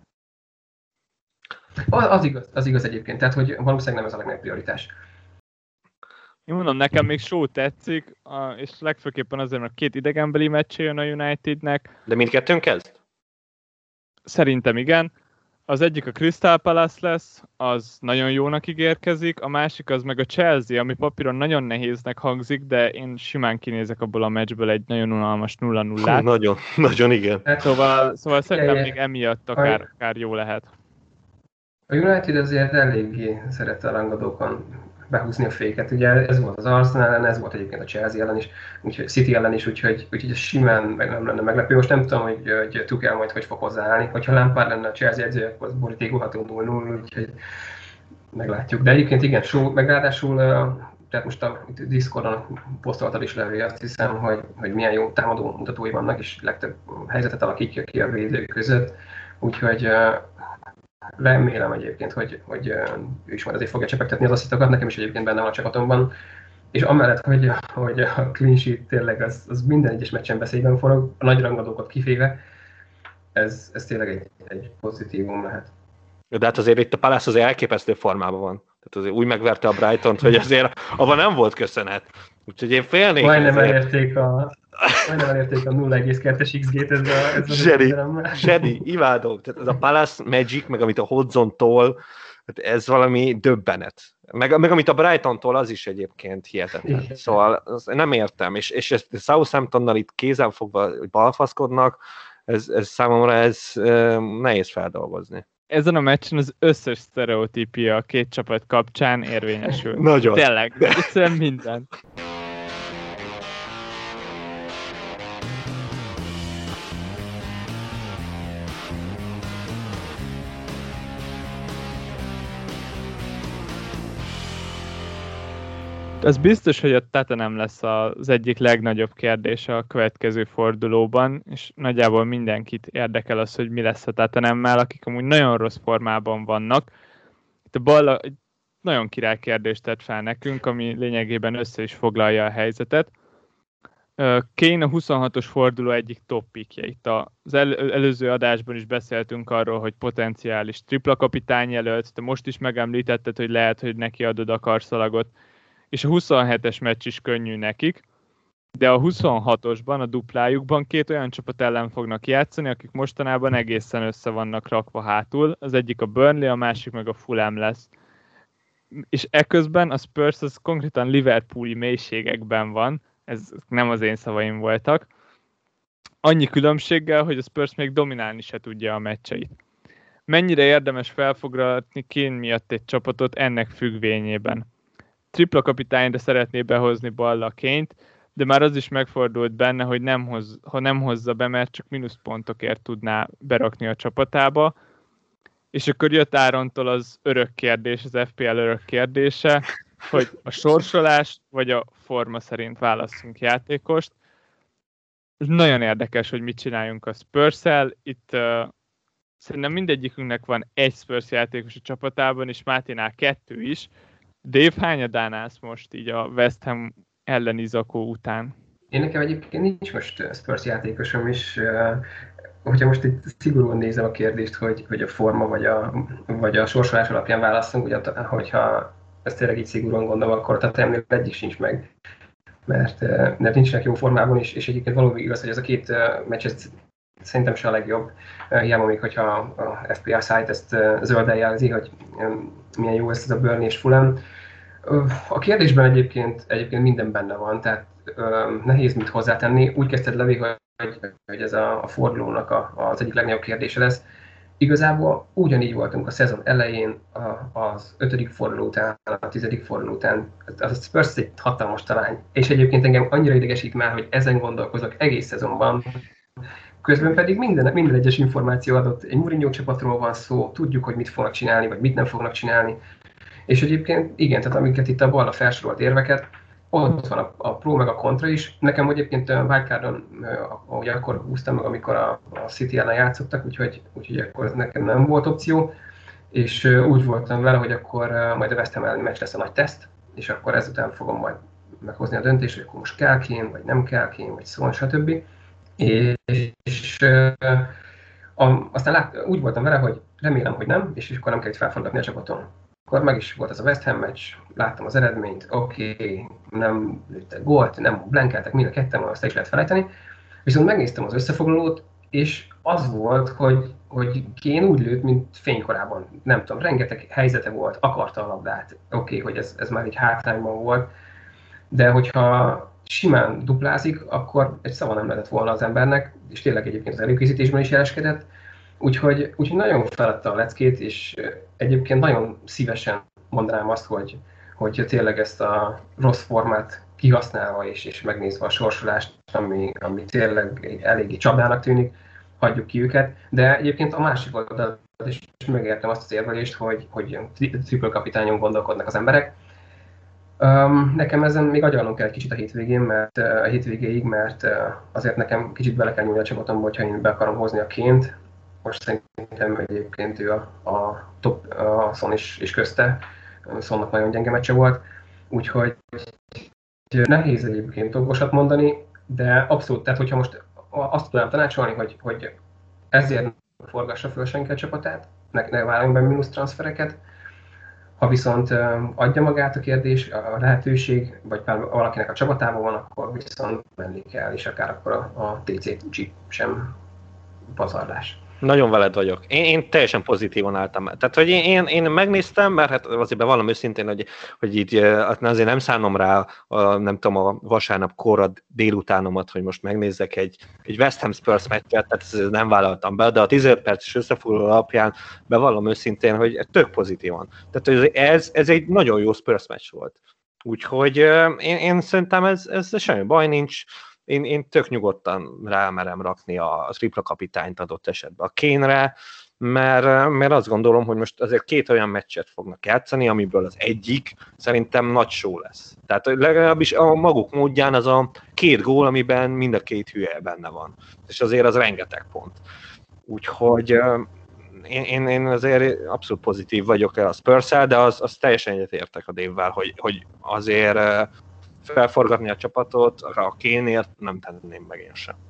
Az igaz egyébként, tehát hogy valószínűleg nem ez a legnagyobb prioritás. Én mondom, nekem még Shaw tetszik, és legfőképpen azért, mert 2 idegenbeli meccse jön a Unitednek. De mindkettőn kezd? Szerintem igen. Az egyik a Crystal Palace lesz, az nagyon jónak ígérkezik, a másik az meg a Chelsea, ami papíron nagyon nehéznek hangzik, de én simán kinézek abból a meccsből egy nagyon unalmas 0-0-át. Nagyon, nagyon igen. Szóval szerintem még emiatt akár jó lehet. A United azért eléggé szerette a rangadókon behúzni a féket. Ugye ez volt az Arsenal ellen, ez volt egyébként a Chelsea ellen is, úgyhogy City ellen is, úgyhogy ez simán meg nem lenne meglepő. Most nem tudom, hogy Tuchel majd hogy fog hozzáállni. Hogyha Lampard lenne a Chelsea edzője, akkor az borítékolható 0-0, úgyhogy meglátjuk. De egyébként igen, meg ráadásul, tehát most a Discordon posztoltad is Levi, azt hiszem, hogy milyen jó támadó mutatói vannak, és legtöbb helyzetet alakítja ki a védők között. Úgyhogy remélem egyébként, hogy ő is majd azért fogja csepegtetni az asszitokat, nekem is egyébként benne van a csapatomban. És amellett, hogy a clean sheet tényleg az minden egyes meccsen veszélyben forog, a nagy rangadókat kiféve, ez tényleg egy pozitívum lehet. De hát azért itt a Palace azért elképesztő formában van. Tehát azért úgy megverte a Brightont, hogy azért abban nem volt köszönet. Úgyhogy én félnék. Majdnem elérték Majdnem elérték a 0,2-es XG-t ezzel Zseni, imádom. Tehát ez a Palace Magic, meg amit a Hodgson tól, ez valami döbbenet. Meg amit a Brighton-tól, az is egyébként hihetetlen. Igen. Szóval nem értem, és ezt Southamptonnal itt kézen fogva balfaszkodnak, ez számomra nehéz feldolgozni. Ezen a meccsen az összes sztereotípia a két csapat kapcsán érvényesül. Nagyon. Tényleg, egyszerűen minden. Az biztos, hogy a Tottenham lesz az egyik legnagyobb kérdés a következő fordulóban, és nagyjából mindenkit érdekel az, hogy mi lesz a Tottenhammel, akik amúgy nagyon rossz formában vannak. Itt a Balla egy nagyon király kérdést tett fel nekünk, ami lényegében össze is foglalja a helyzetet. Kane a 26-os forduló egyik top pickje. Itt az előző adásban is beszéltünk arról, hogy potenciális tripla kapitány jelölt, te most is megemlítetted, hogy lehet, hogy neki adod a karszalagot, és a 27-es meccs is könnyű nekik, de a 26-osban, a duplájukban két olyan csapat ellen fognak játszani, akik mostanában egészen össze vannak rakva hátul. Az egyik a Burnley, a másik meg a Fulham lesz. És eközben a Spurs az konkrétan Liverpooli mélységekben van, ez nem az én szavaim voltak. Annyi különbséggel, hogy a Spurs még dominálni se tudja a meccseit. Mennyire érdemes felfoglalni Kane miatt egy csapatot ennek függvényében? Tripla kapitányra szeretné behozni Balla Kane-t, de már az is megfordult benne, hogy ha nem hozza be, mert csak mínuszpontokért tudná berakni a csapatába. És akkor jött Árontól az örök kérdés, az FPL örök kérdése, hogy a sorsolás vagy a forma szerint válasszunk játékost. Ez nagyon érdekes, hogy mit csináljunk a Spurs-szel. Itt szerintem mindegyikünknek van egy Spurs játékos a csapatában, és Máténál 2 is. Dave, hányadán állsz most így a West Ham elleni zakó után? Én nekem egyébként nincs most Spurs játékosom is. Hogyha most itt szigorúan nézem a kérdést, hogy a forma vagy a sorsolás alapján választunk, ugye, hogyha ezt tényleg így szigorúan gondolom, akkor a Tottenhamnél egyik sincs meg, mert nincsenek jó formában, és egyébként valóban igaz, hogy ez a két meccs szerintem se a legjobb. Hiába még, hogyha a FPL site ezt zölden jelzi, hogy milyen jó ez a Burnley és Fulham. A kérdésben egyébként minden benne van, tehát nehéz mit hozzátenni. Úgy kezdted, Levi, hogy ez a fordulónak az egyik legnagyobb kérdése lesz. Igazából ugyanígy voltunk a szezon elején, az 5. forduló után, a 10. forduló után. Az a Spurs egy hatalmas talány. És egyébként engem annyira idegesít már, hogy ezen gondolkozok egész szezonban. Közben pedig minden egyes információ adott. Egy Mourinho csapatról van szó, tudjuk, hogy mit fognak csinálni, vagy mit nem fognak csinálni. És egyébként igen, tehát amiket itt a Balla felsorolt érveket, ott van a pro meg a kontra is. Nekem egyébként a Wildcardon, ugye akkor húztam meg, amikor a City ellen játszottak, úgyhogy akkor nekem nem volt opció. És úgy voltam vele, hogy akkor majd a West Ham elleni meccs lesz a nagy teszt, és akkor ezután fogom majd meghozni a döntést, hogy akkor most kell Kane, vagy nem kell Kane, vagy szól, stb. És aztán úgy voltam vele, hogy remélem, hogy nem, és akkor nem kell itt felforgatni a csapaton. Akkor meg is volt ez a West Ham meccs, láttam az eredményt, oké, nem lőttek gólt, nem blankeltek, mind a ketten, azt is lehet felejteni. Viszont megnéztem az összefoglalót, és az volt, hogy Kane úgy lőtt, mint fénykorában. Nem tudom, rengeteg helyzete volt, akarta a labdát. Oké, hogy ez már egy hátrányban volt, de hogyha simán duplázik, akkor egy szava nem lehetett volna az embernek, és tényleg egyébként az előkészítésben is jeleskedett. Úgyhogy nagyon feladta a leckét, és egyébként nagyon szívesen mondanám azt, hogy tényleg ezt a rossz formát kihasználva és megnézve a sorsolást, ami tényleg eléggé csapdának tűnik, hagyjuk ki őket. De egyébként a másik oldalon is megértem azt az érvelést, hogy triple kapitányon gondolkodnak az emberek. Nekem ezen még agyalnom kell egy kicsit a hétvégéig, mert azért nekem kicsit bele kell nyúlni a csapatomba, hogyha én be akarom hozni a Kane-t. Most szerintem egyébként ő a top, a Son is közte, Sonnak nagyon gyenge meccse volt, úgyhogy nehéz egyébként okosat mondani, de abszolút, tehát hogyha most azt tudnám tanácsolni, hogy ezért forgassa föl senki a csapatát, ne váljunk be mínusz transfereket, Ha viszont adja magát a kérdés, a lehetőség, vagy valakinek a csapatában van, akkor viszont menni kell, és akár akkor a TC chip sem pazarlás. Nagyon veled vagyok. Én teljesen pozitívan álltam. Tehát, hogy én megnéztem, mert hát azért bevallom őszintén, hogy így azért nem szánom rá nem tudom, a vasárnap korra délutánomat, hogy most megnézzek egy West Ham Spurs meccset, tehát ezt nem vállaltam be, de a 15 perces összefoglaló alapján bevallom őszintén, hogy tök pozitívan. Tehát ez egy nagyon jó Spurs meccs volt. Úgyhogy én szerintem ez semmi baj nincs. Én tök nyugodtan rámerem rakni a tripla kapitányt adott esetben a Kane-re, mert azt gondolom, hogy most azért 2 olyan meccset fognak játszani, amiből az egyik szerintem nagy show lesz. Tehát legalábbis a maguk módján az a 2 gól, amiben mind a 2 hülye benne van. És azért az rengeteg pont. Úgyhogy én azért abszolút pozitív vagyok el a Spurs-el, de az teljesen egyetértek a Dave-vel, hogy azért felforgatni a csapatot, a Kane-ért nem tenném meg én sem.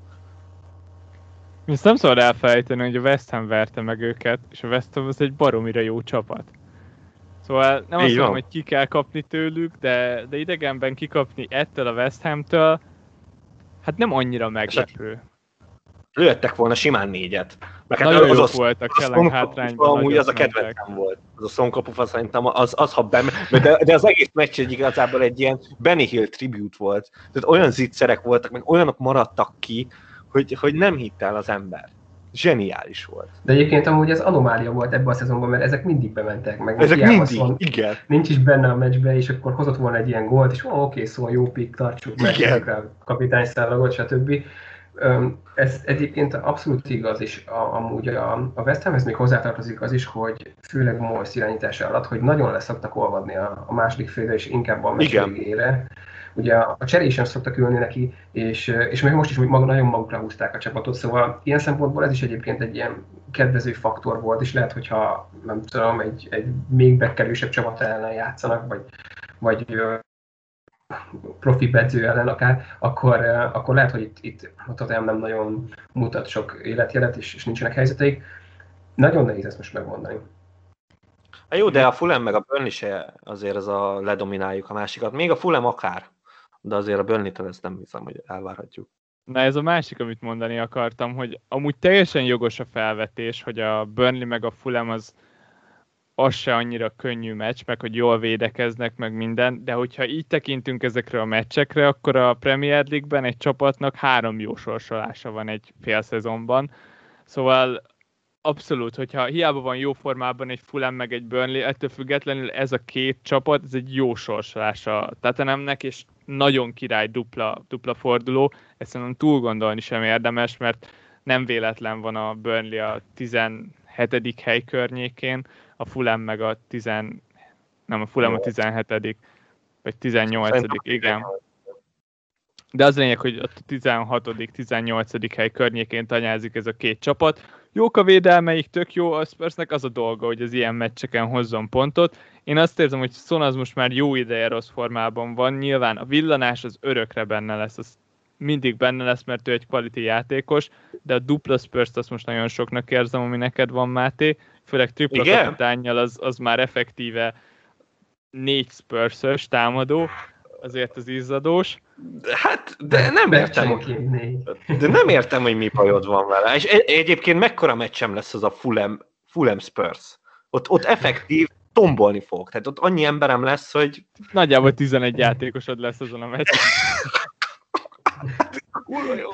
Ezt nem szabad elfelejteni, hogy a West Ham verte meg őket, és a West Ham az egy baromira jó csapat. Szóval nem azt mondom, hogy ki kell kapni tőlük, de idegenben kikapni ettől a West Hamtől, hát nem annyira meglepő. Lőttek volna simán 4-et. Nagyon jók voltak, Kellen hátrányban. Amúgy az a kedvencem volt. Az a Sonkopufa szerintem, de az egész meccs igazából egy ilyen Benny Hill tribute volt. Tehát olyan zicserek voltak, meg olyanok maradtak ki, hogy nem hitt el az ember. Zseniális volt. De egyébként amúgy ez anomália volt ebben a szezonban, mert ezek mindig bementek meg. Ezek mindig, igen. Nincs is benne a meccsbe, és akkor hozott volna egy ilyen gólt, és oké, szóval jó pick, tartsuk meg, a kapitányszállagot, stb. Ez egyébként abszolút igaz, és amúgy a West Hamhez még hozzátartozik az is, hogy főleg Moyes irányítása alatt, hogy nagyon leszoktak olvadni a második félre, és inkább a meccs végére. Ugye a cserésen szoktak ülni neki, és még most is nagyon magukra húzták a csapatot, szóval ilyen szempontból ez is egyébként egy ilyen kedvező faktor volt, és lehet, hogyha nem tudom, egy még bekerülsebb csapat ellen játszanak, vagy profi edző ellen akár, akkor lehet, hogy itt a Tottenham nem nagyon mutat sok életjelet, és nincsenek helyzeteik. Nagyon nehéz ezt most megmondani. Jó, de a Fulham meg a Burnley se azért ez a ledomináljuk a másikat. Még a Fulham akár, de azért a Burnley-től ezt nem hiszem, hogy elvárhatjuk. Na ez a másik, amit mondani akartam, hogy amúgy teljesen jogos a felvetés, hogy a Burnley meg a Fulham az se annyira könnyű meccs, meg hogy jól védekeznek, meg minden, de hogyha így tekintünk ezekre a meccsekre, akkor a Premier League-ben egy csapatnak 3 jó sorsolása van egy fél szezonban. Szóval abszolút, hogyha hiába van jó formában egy Fulham meg egy Burnley, ettől függetlenül ez a 2 csapat, ez egy jó sorsolása a Tottenhamnek, és nagyon király dupla forduló, ezt szerintem túl gondolni sem érdemes, mert nem véletlen van a Burnley a 17. hely környékén, a Fulham meg a 17. vagy 18. igen. De az lényeg, hogy a 16. 18. hely környékén tanyázik ez a 2 csapat. Jók a védelmeik, tök jó, a Spursnek az a dolga, hogy az ilyen meccseken hozzon pontot. Én azt érzem, hogy Son az most már jó ideje rossz formában van. Nyilván a villanás az örökre benne lesz, az mindig benne lesz, mert ő egy quality játékos, de a dupla Spurs-t azt most nagyon soknak érzem, ami neked van, Máté. Főleg tripla kapitánnyal az már effektíve 4 Spurs-ös támadó, azért az izzadós. Hát, de nem értem, hogy mi bajod van vele. És egyébként mekkora meccsem lesz az a Fulham Spurs. Ott effektív tombolni fog. Tehát ott annyi emberem lesz, hogy... Nagyjából 11 játékosod lesz azon a meccsen. Kurva jó.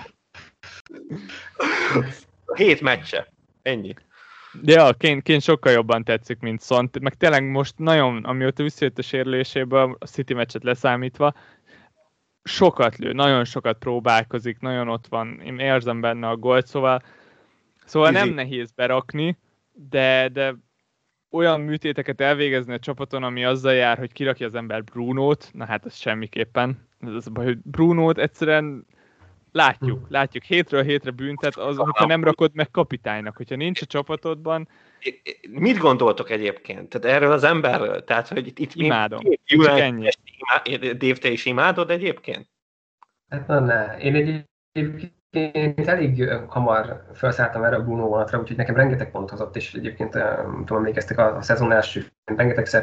7 meccse. Ennyi. Ja, Kane sokkal jobban tetszik, mint Son. Meg tényleg most nagyon, amióta visszajött a sérüléséből, a City meccset leszámítva, sokat lő, nagyon sokat próbálkozik, nagyon ott van, én érzem benne a gólt, szóval nem nehéz berakni, de olyan műtéteket elvégezni a csapaton, ami azzal jár, hogy kirakja az ember Brunót, na hát ez semmiképpen. Ez baj, hogy Brunót egyszerűen látjuk, hétről hétre büntet, hogyha nem rakod meg kapitánynak, hogyha nincs a csapatodban. Mit gondoltok egyébként? Tehát erről az emberről? Tehát, hogy itt imádom. Dave, te is imádod egyébként? Hát ne. Én egyébként elég hamar felszálltam erre a Bruno vonatra, úgyhogy nekem rengeteg pont hozott, és egyébként tudom, emlékeztek a szezon első rengetegszer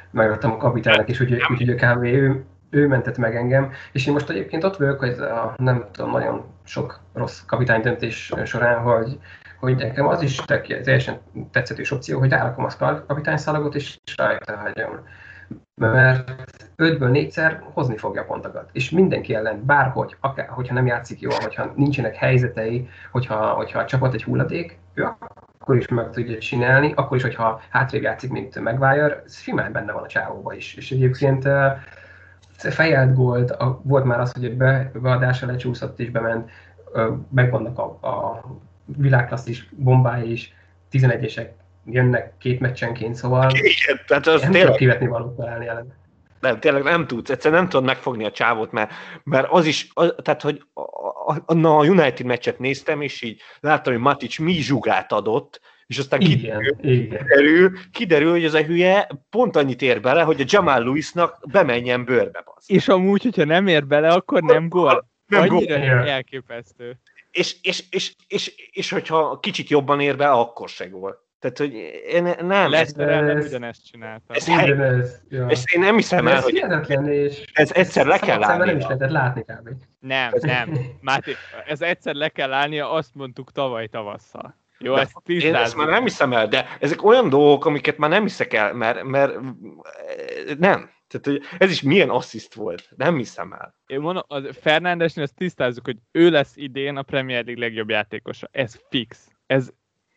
megadtam a kapitánynak is, úgyhogy a kávé ő mentett meg engem, és én most egyébként ott vagyok, hogy nem tudom, nagyon sok rossz kapitánydöntés során, hogy nekem az is teljesen tetszetős opció, hogy rárakom a kapitányszalagot, és rajta hagyom. Mert 5-ből 4-szer hozni fogja a pontokat. És mindenki ellen, bárhogy, akár, hogyha nem játszik jól, hogyha nincsenek helyzetei, hogyha a csapat egy hulladék, ő akkor is meg tudja csinálni, akkor is, hogyha hátrébb játszik, mint Maguire, simán benne van a csávóba is. És egyébként fejelt gólt, volt már az, hogy egy beadása lecsúszott és bement, megvannak a világklasszis bombái is, 11-esek jönnek 2 meccsenként, szóval igen, tehát az nem tudok kivetni valót találni ellen. Nem, tényleg nem tudsz, egyszerűen nem tudod megfogni a csávót, mert az is, tehát hogy a United meccset néztem, és így láttam, hogy Matic mi zsugát adott, és aztán kiderül, hogy ez a hülye pont annyit ér bele, hogy a Jamal Lewisnak bemenjen bőrbe. Basz. És amúgy, hogyha nem ér bele, akkor nem gól. Annyira elképesztő. És hogyha kicsit jobban ér be, akkor se gól. Tehát, hogy nem. Leszterrel ugyanezt csinálta. Ezt én nem hiszem el, hogy ez egyszer le kell állnia. Nem is lehetett látni kb. Nem. Máté, ez egyszer le kell állnia, azt mondtuk tavaly tavasszal. Jó, ezt én ezt már nem hiszem el, de ezek olyan dolgok, amiket már nem hiszek el, mert nem. Tehát, hogy ez is milyen assziszt volt. Nem hiszem el. Én mondom, a Fernándesnél ezt tisztázzuk, hogy ő lesz idén a Premier League legjobb játékosa. Ez fix. Ez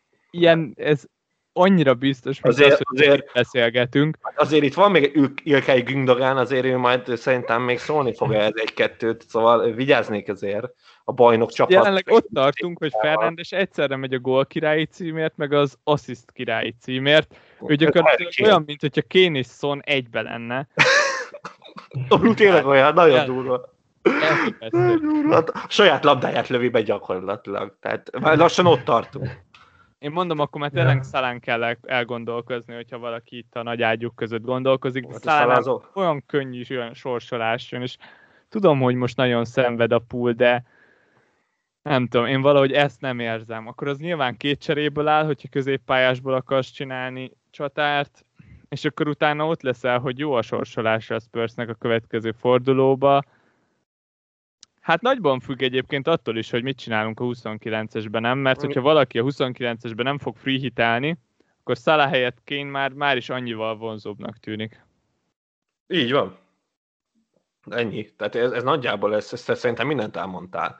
annyira biztos, mint azért beszélgetünk. Azért itt van még Ilkay Gündogan, azért ő majd szerintem még szólni fog ez 1-2-t, szóval vigyáznék azért a bajnok csapat. Jelenleg ott tartunk, hogy Fernandes egyszerre megy a gól királyi címért, meg az assziszt királyi címért. Ő gyakorlatilag olyan, mint hogyha Kane és Son egybe lenne. Tényleg olyan, nagyon durva. A saját labdáját lövi be gyakorlatilag. Tehát már lassan ott tartunk. Én mondom, akkor már tényleg Szalán kell elgondolkozni, hogyha valaki itt a nagy ágyuk között gondolkozik. Szalán olyan könnyű olyan sorsolás jön, és tudom, hogy most nagyon szenved a pool, de nem tudom, én valahogy ezt nem érzem. Akkor az nyilván 2 cseréből áll, hogyha középpályásból akarsz csinálni csatárt, és akkor utána ott leszel, hogy jó a sorsolása a Spursnek a következő fordulóba. Hát nagyban függ egyébként attól is, hogy mit csinálunk a 29-esben, nem? Mert hogyha valaki a 29-esben nem fog free hitelni, akkor Salah helyett Kane már is annyival vonzóbbnak tűnik. Így van. Ennyi. Tehát ez nagyjából ezt szerintem mindent elmondtál.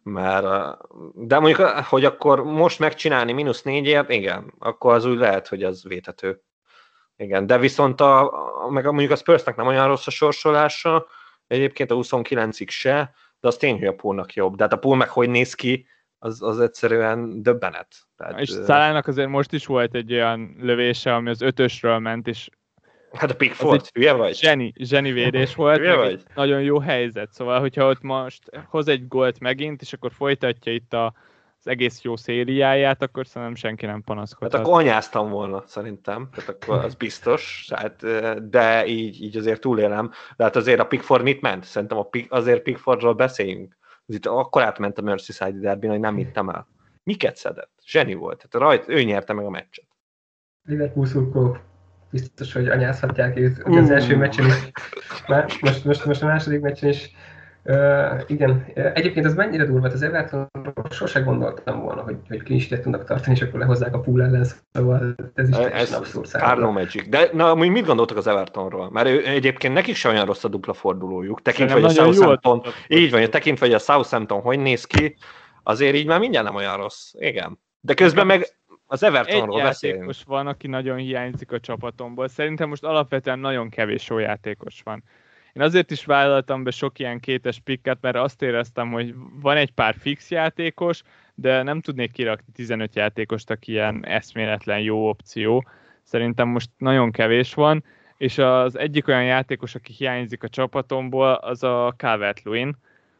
De mondjuk, hogy akkor most megcsinálni -4-ért, igen, akkor az úgy lehet, hogy az védhető. Igen, de viszont meg mondjuk a Spursnek nem olyan rossz a sorsolása, egyébként a 29-ig se, de az tény, hogy a poolnak jobb. De hát a pool meg hogy néz ki, az egyszerűen döbbenet. Tehát, és Salának azért most is volt egy olyan lövése, ami az 5-ösről ment, és hát a Pickford, hülye vagy? Zseni védés volt, egy nagyon jó helyzet. Szóval, hogyha ott most hoz egy gólt megint, és akkor folytatja itt az egész jó szériáját, akkor szerintem senki nem panaszkodhat. Hát akkor anyáztam volna, szerintem. Tehát akkor az biztos. Hát, de így azért túlélem. De hát azért a Pickford mit ment? Szerintem azért Pickfordról beszéljünk. Itt akkor átment a Merseyside derbyn, hogy nem hittem el. Miket szedett? Zseni volt. Tehát ő nyerte meg a meccset. Liverpool szurkolók biztos, hogy anyázhatják őt az első meccsen is. Most a második meccsen is. Igen, egyébként ez mennyire durva, az Everton sose gondoltam volna, hogy clean sheet-et tudnak tartani, és akkor lehozzák a pool ellen, szóval ez is teljesen abszurd számomra. Carlo Magic. De na, mit gondoltak az Evertonról? Mert egyébként nekik sem olyan rossz a dupla fordulójuk. Tekintve, hogy a Southampton, így van, tekintve, hogy a Southampton hogy néz ki, azért így már mindjárt nem olyan rossz. Igen. De közben meg az Evertonról beszélünk. Egy játékos van, aki nagyon hiányzik a csapatomból. Szerintem most alapvetően nagyon kevés jó játékos van. Én azért is vállaltam be sok ilyen 2-es pikket, mert azt éreztem, hogy van egy pár fix játékos, de nem tudnék kirakni 15 játékost, aki ilyen eszméletlen jó opció. Szerintem most nagyon kevés van, és az egyik olyan játékos, aki hiányzik a csapatomból, az a Calvert-Lewin.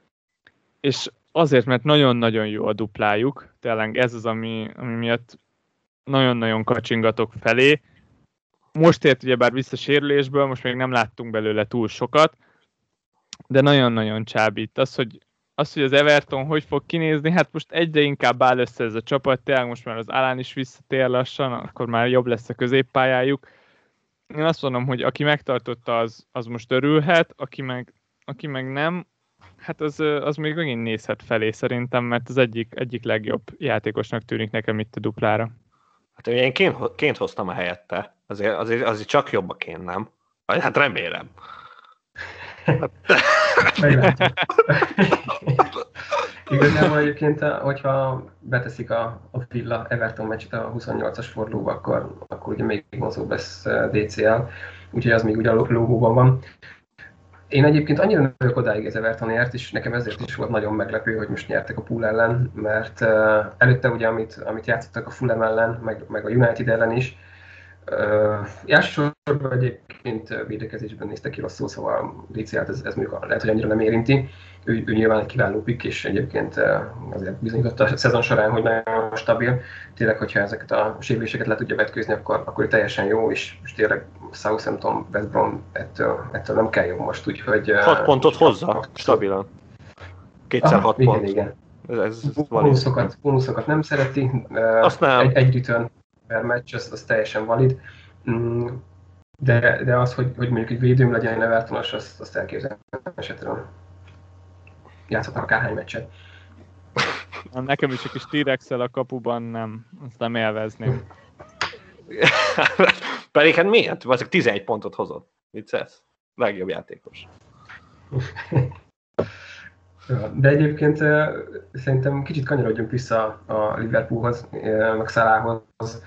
És azért, mert nagyon-nagyon jó a duplájuk, tényleg ez az, ami miatt nagyon-nagyon kacsingatok felé. Most ért ugyebár vissza sérülésből, most még nem láttunk belőle túl sokat, de nagyon-nagyon csábít. Az, hogy az Everton hogy fog kinézni, hát most egyre inkább áll össze ez a csapat, tényleg most már az Alán is visszatér lassan, akkor már jobb lesz a középpályájuk. én azt mondom, hogy aki megtartotta, az most örülhet, aki meg nem, hát az még megint nézhet felé szerintem, mert az egyik legjobb játékosnak tűnik nekem itt a duplára. Hát én ként hoztam a helyette. Azért csak jobb a Kén, nem? Hát remélem. Igazából egyébként, hogyha beteszik a Villa Everton meccset a 28-as fordulóba, akkor ugye még vonzóbb lesz DCL, úgyhogy az még ugye a logóban van. Én egyébként annyira nem vagyok odáig az Evertonért, és nekem ezért is volt nagyon meglepő, hogy most nyertek a Pool ellen, mert előtte ugye, amit játszottak a Fulham ellen, meg a United ellen is, elsősorban egyébként védekezésben néztek ki rosszul, szóval DCL-t ez mondjuk lehet, hogy annyira nem érinti. Ő nyilván egy kiváló pick, és egyébként azért bizonyította a szezon során, hogy nagyon stabil. Tényleg, hogyha ezeket a sérüléseket le tudja vetkőzni, akkor teljesen jó, és tényleg Southampton, West Brom ettől nem kell jobb most, úgyhogy... 6 pontot hozza, stabilan. 2x6 pont. Igen. Ez bónuszokat nem szereti. Azt nem. Egy return per meccs, az teljesen valid. De az, hogy mondjuk egy védőm legyen Evertonos, azt elképzelem esetről. Játszhatnak akárhány meccset. Nekem is egy kis T-Rex-el a kapuban nem, azt nem élvezném. Pedig hát miért? Valószínűleg 11 pontot hozott. Viccelsz? Legjobb játékos. De egyébként szerintem kicsit kanyarodjunk vissza a Liverpoolhoz, meg Salahhoz.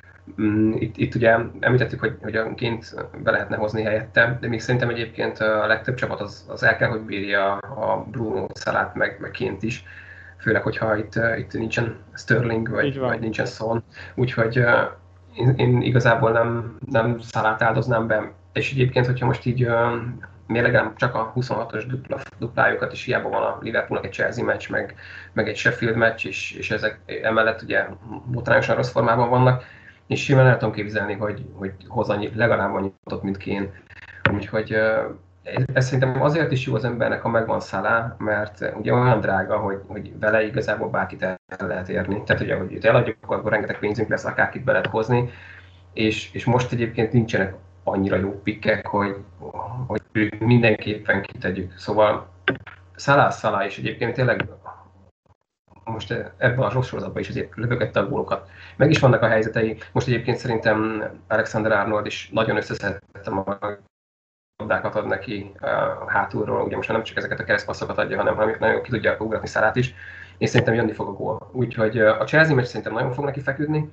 Itt ugye említettük, hogy a Kane-t be lehetne hozni helyette, de még szerintem egyébként a legtöbb csapat az el kell, hogy bírja a Bruno, Salah-t, meg Kane-t is. Főleg, hogyha itt nincsen Sterling, vagy nincsen Son. Úgyhogy én igazából nem Salah-t áldoznám be. És egyébként, hogyha most így mérlegelem csak a 26-os duplájukat, és hiába van a Liverpoolnak egy Chelsea meccs, meg egy Sheffield meccs, és ezek emellett ugye botrányosan rossz formában vannak, és simán el tudom képzelni, hogy hoz legalább annyit, mint Kane. Úgyhogy ez szerintem azért is jó az embernek, ha megvan Salah, mert ugye olyan drága, hogy vele igazából bárkit el lehet érni. Tehát ugye, hogy eladjuk, akkor rengeteg pénzünk lesz, akárkit be lehet hozni, és most egyébként nincsenek annyira jó pikkek, hogy mindenképpen kitegyük. Szóval Salah is egyébként tényleg most ebben a rossz sorozatban is azért löbögette a gólokat. Meg is vannak a helyzetei. Most egyébként szerintem Alexander-Arnold is nagyon összeszedte a labdákat ad neki hátulról. Ugye most már nem csak ezeket a keresztpasszokat adja, hanem nagyon ki tudja ugratni Salát is. És szerintem jönni fog a gól. Úgyhogy a Chelsea meccs szerintem nagyon fog neki feküdni.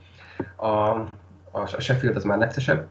A Sheffield az már neccesebb.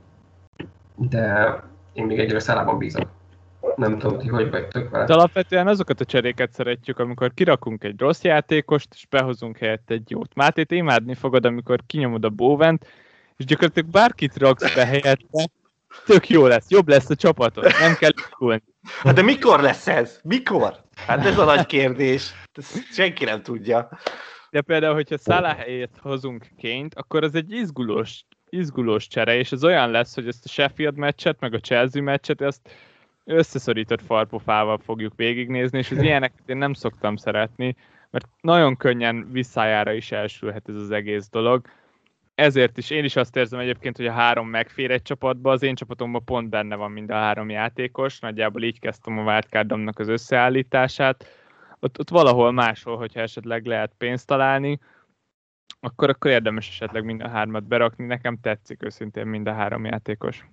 De én még egyre Salahban bízom. Nem tudom, hogy vagytok vele. De alapvetően azokat a cseréket szeretjük, amikor kirakunk egy rossz játékost, és behozunk helyett egy jót. Mátét imádni fogod, amikor kinyomod a Bowent, és gyakorlatilag bárkit raksz be helyette, tök jó lesz, jobb lesz a csapatod, nem kell ikulni. Hát de mikor lesz ez? Mikor? Hát ez a nagy kérdés. Ezt senki nem tudja. De például, hogyha Salah helyett hozunk Kane-t, akkor az egy izgulós csere, és az olyan lesz, hogy ezt a Sheffield meccset, meg a Chelsea meccset, ezt összeszorított farpofával fogjuk végignézni, és az ilyeneket én nem szoktam szeretni, mert nagyon könnyen visszájára is elsülhet ez az egész dolog. Ezért is én is azt érzem egyébként, hogy a 3 megfér egy csapatba, az én csapatomban pont benne van mind a 3 játékos, nagyjából így kezdtem a wildcardomnak az összeállítását. Ott valahol máshol, hogyha esetleg lehet pénzt találni, akkor érdemes esetleg mind a 3-at berakni. Nekem tetszik őszintén mind a 3 játékos.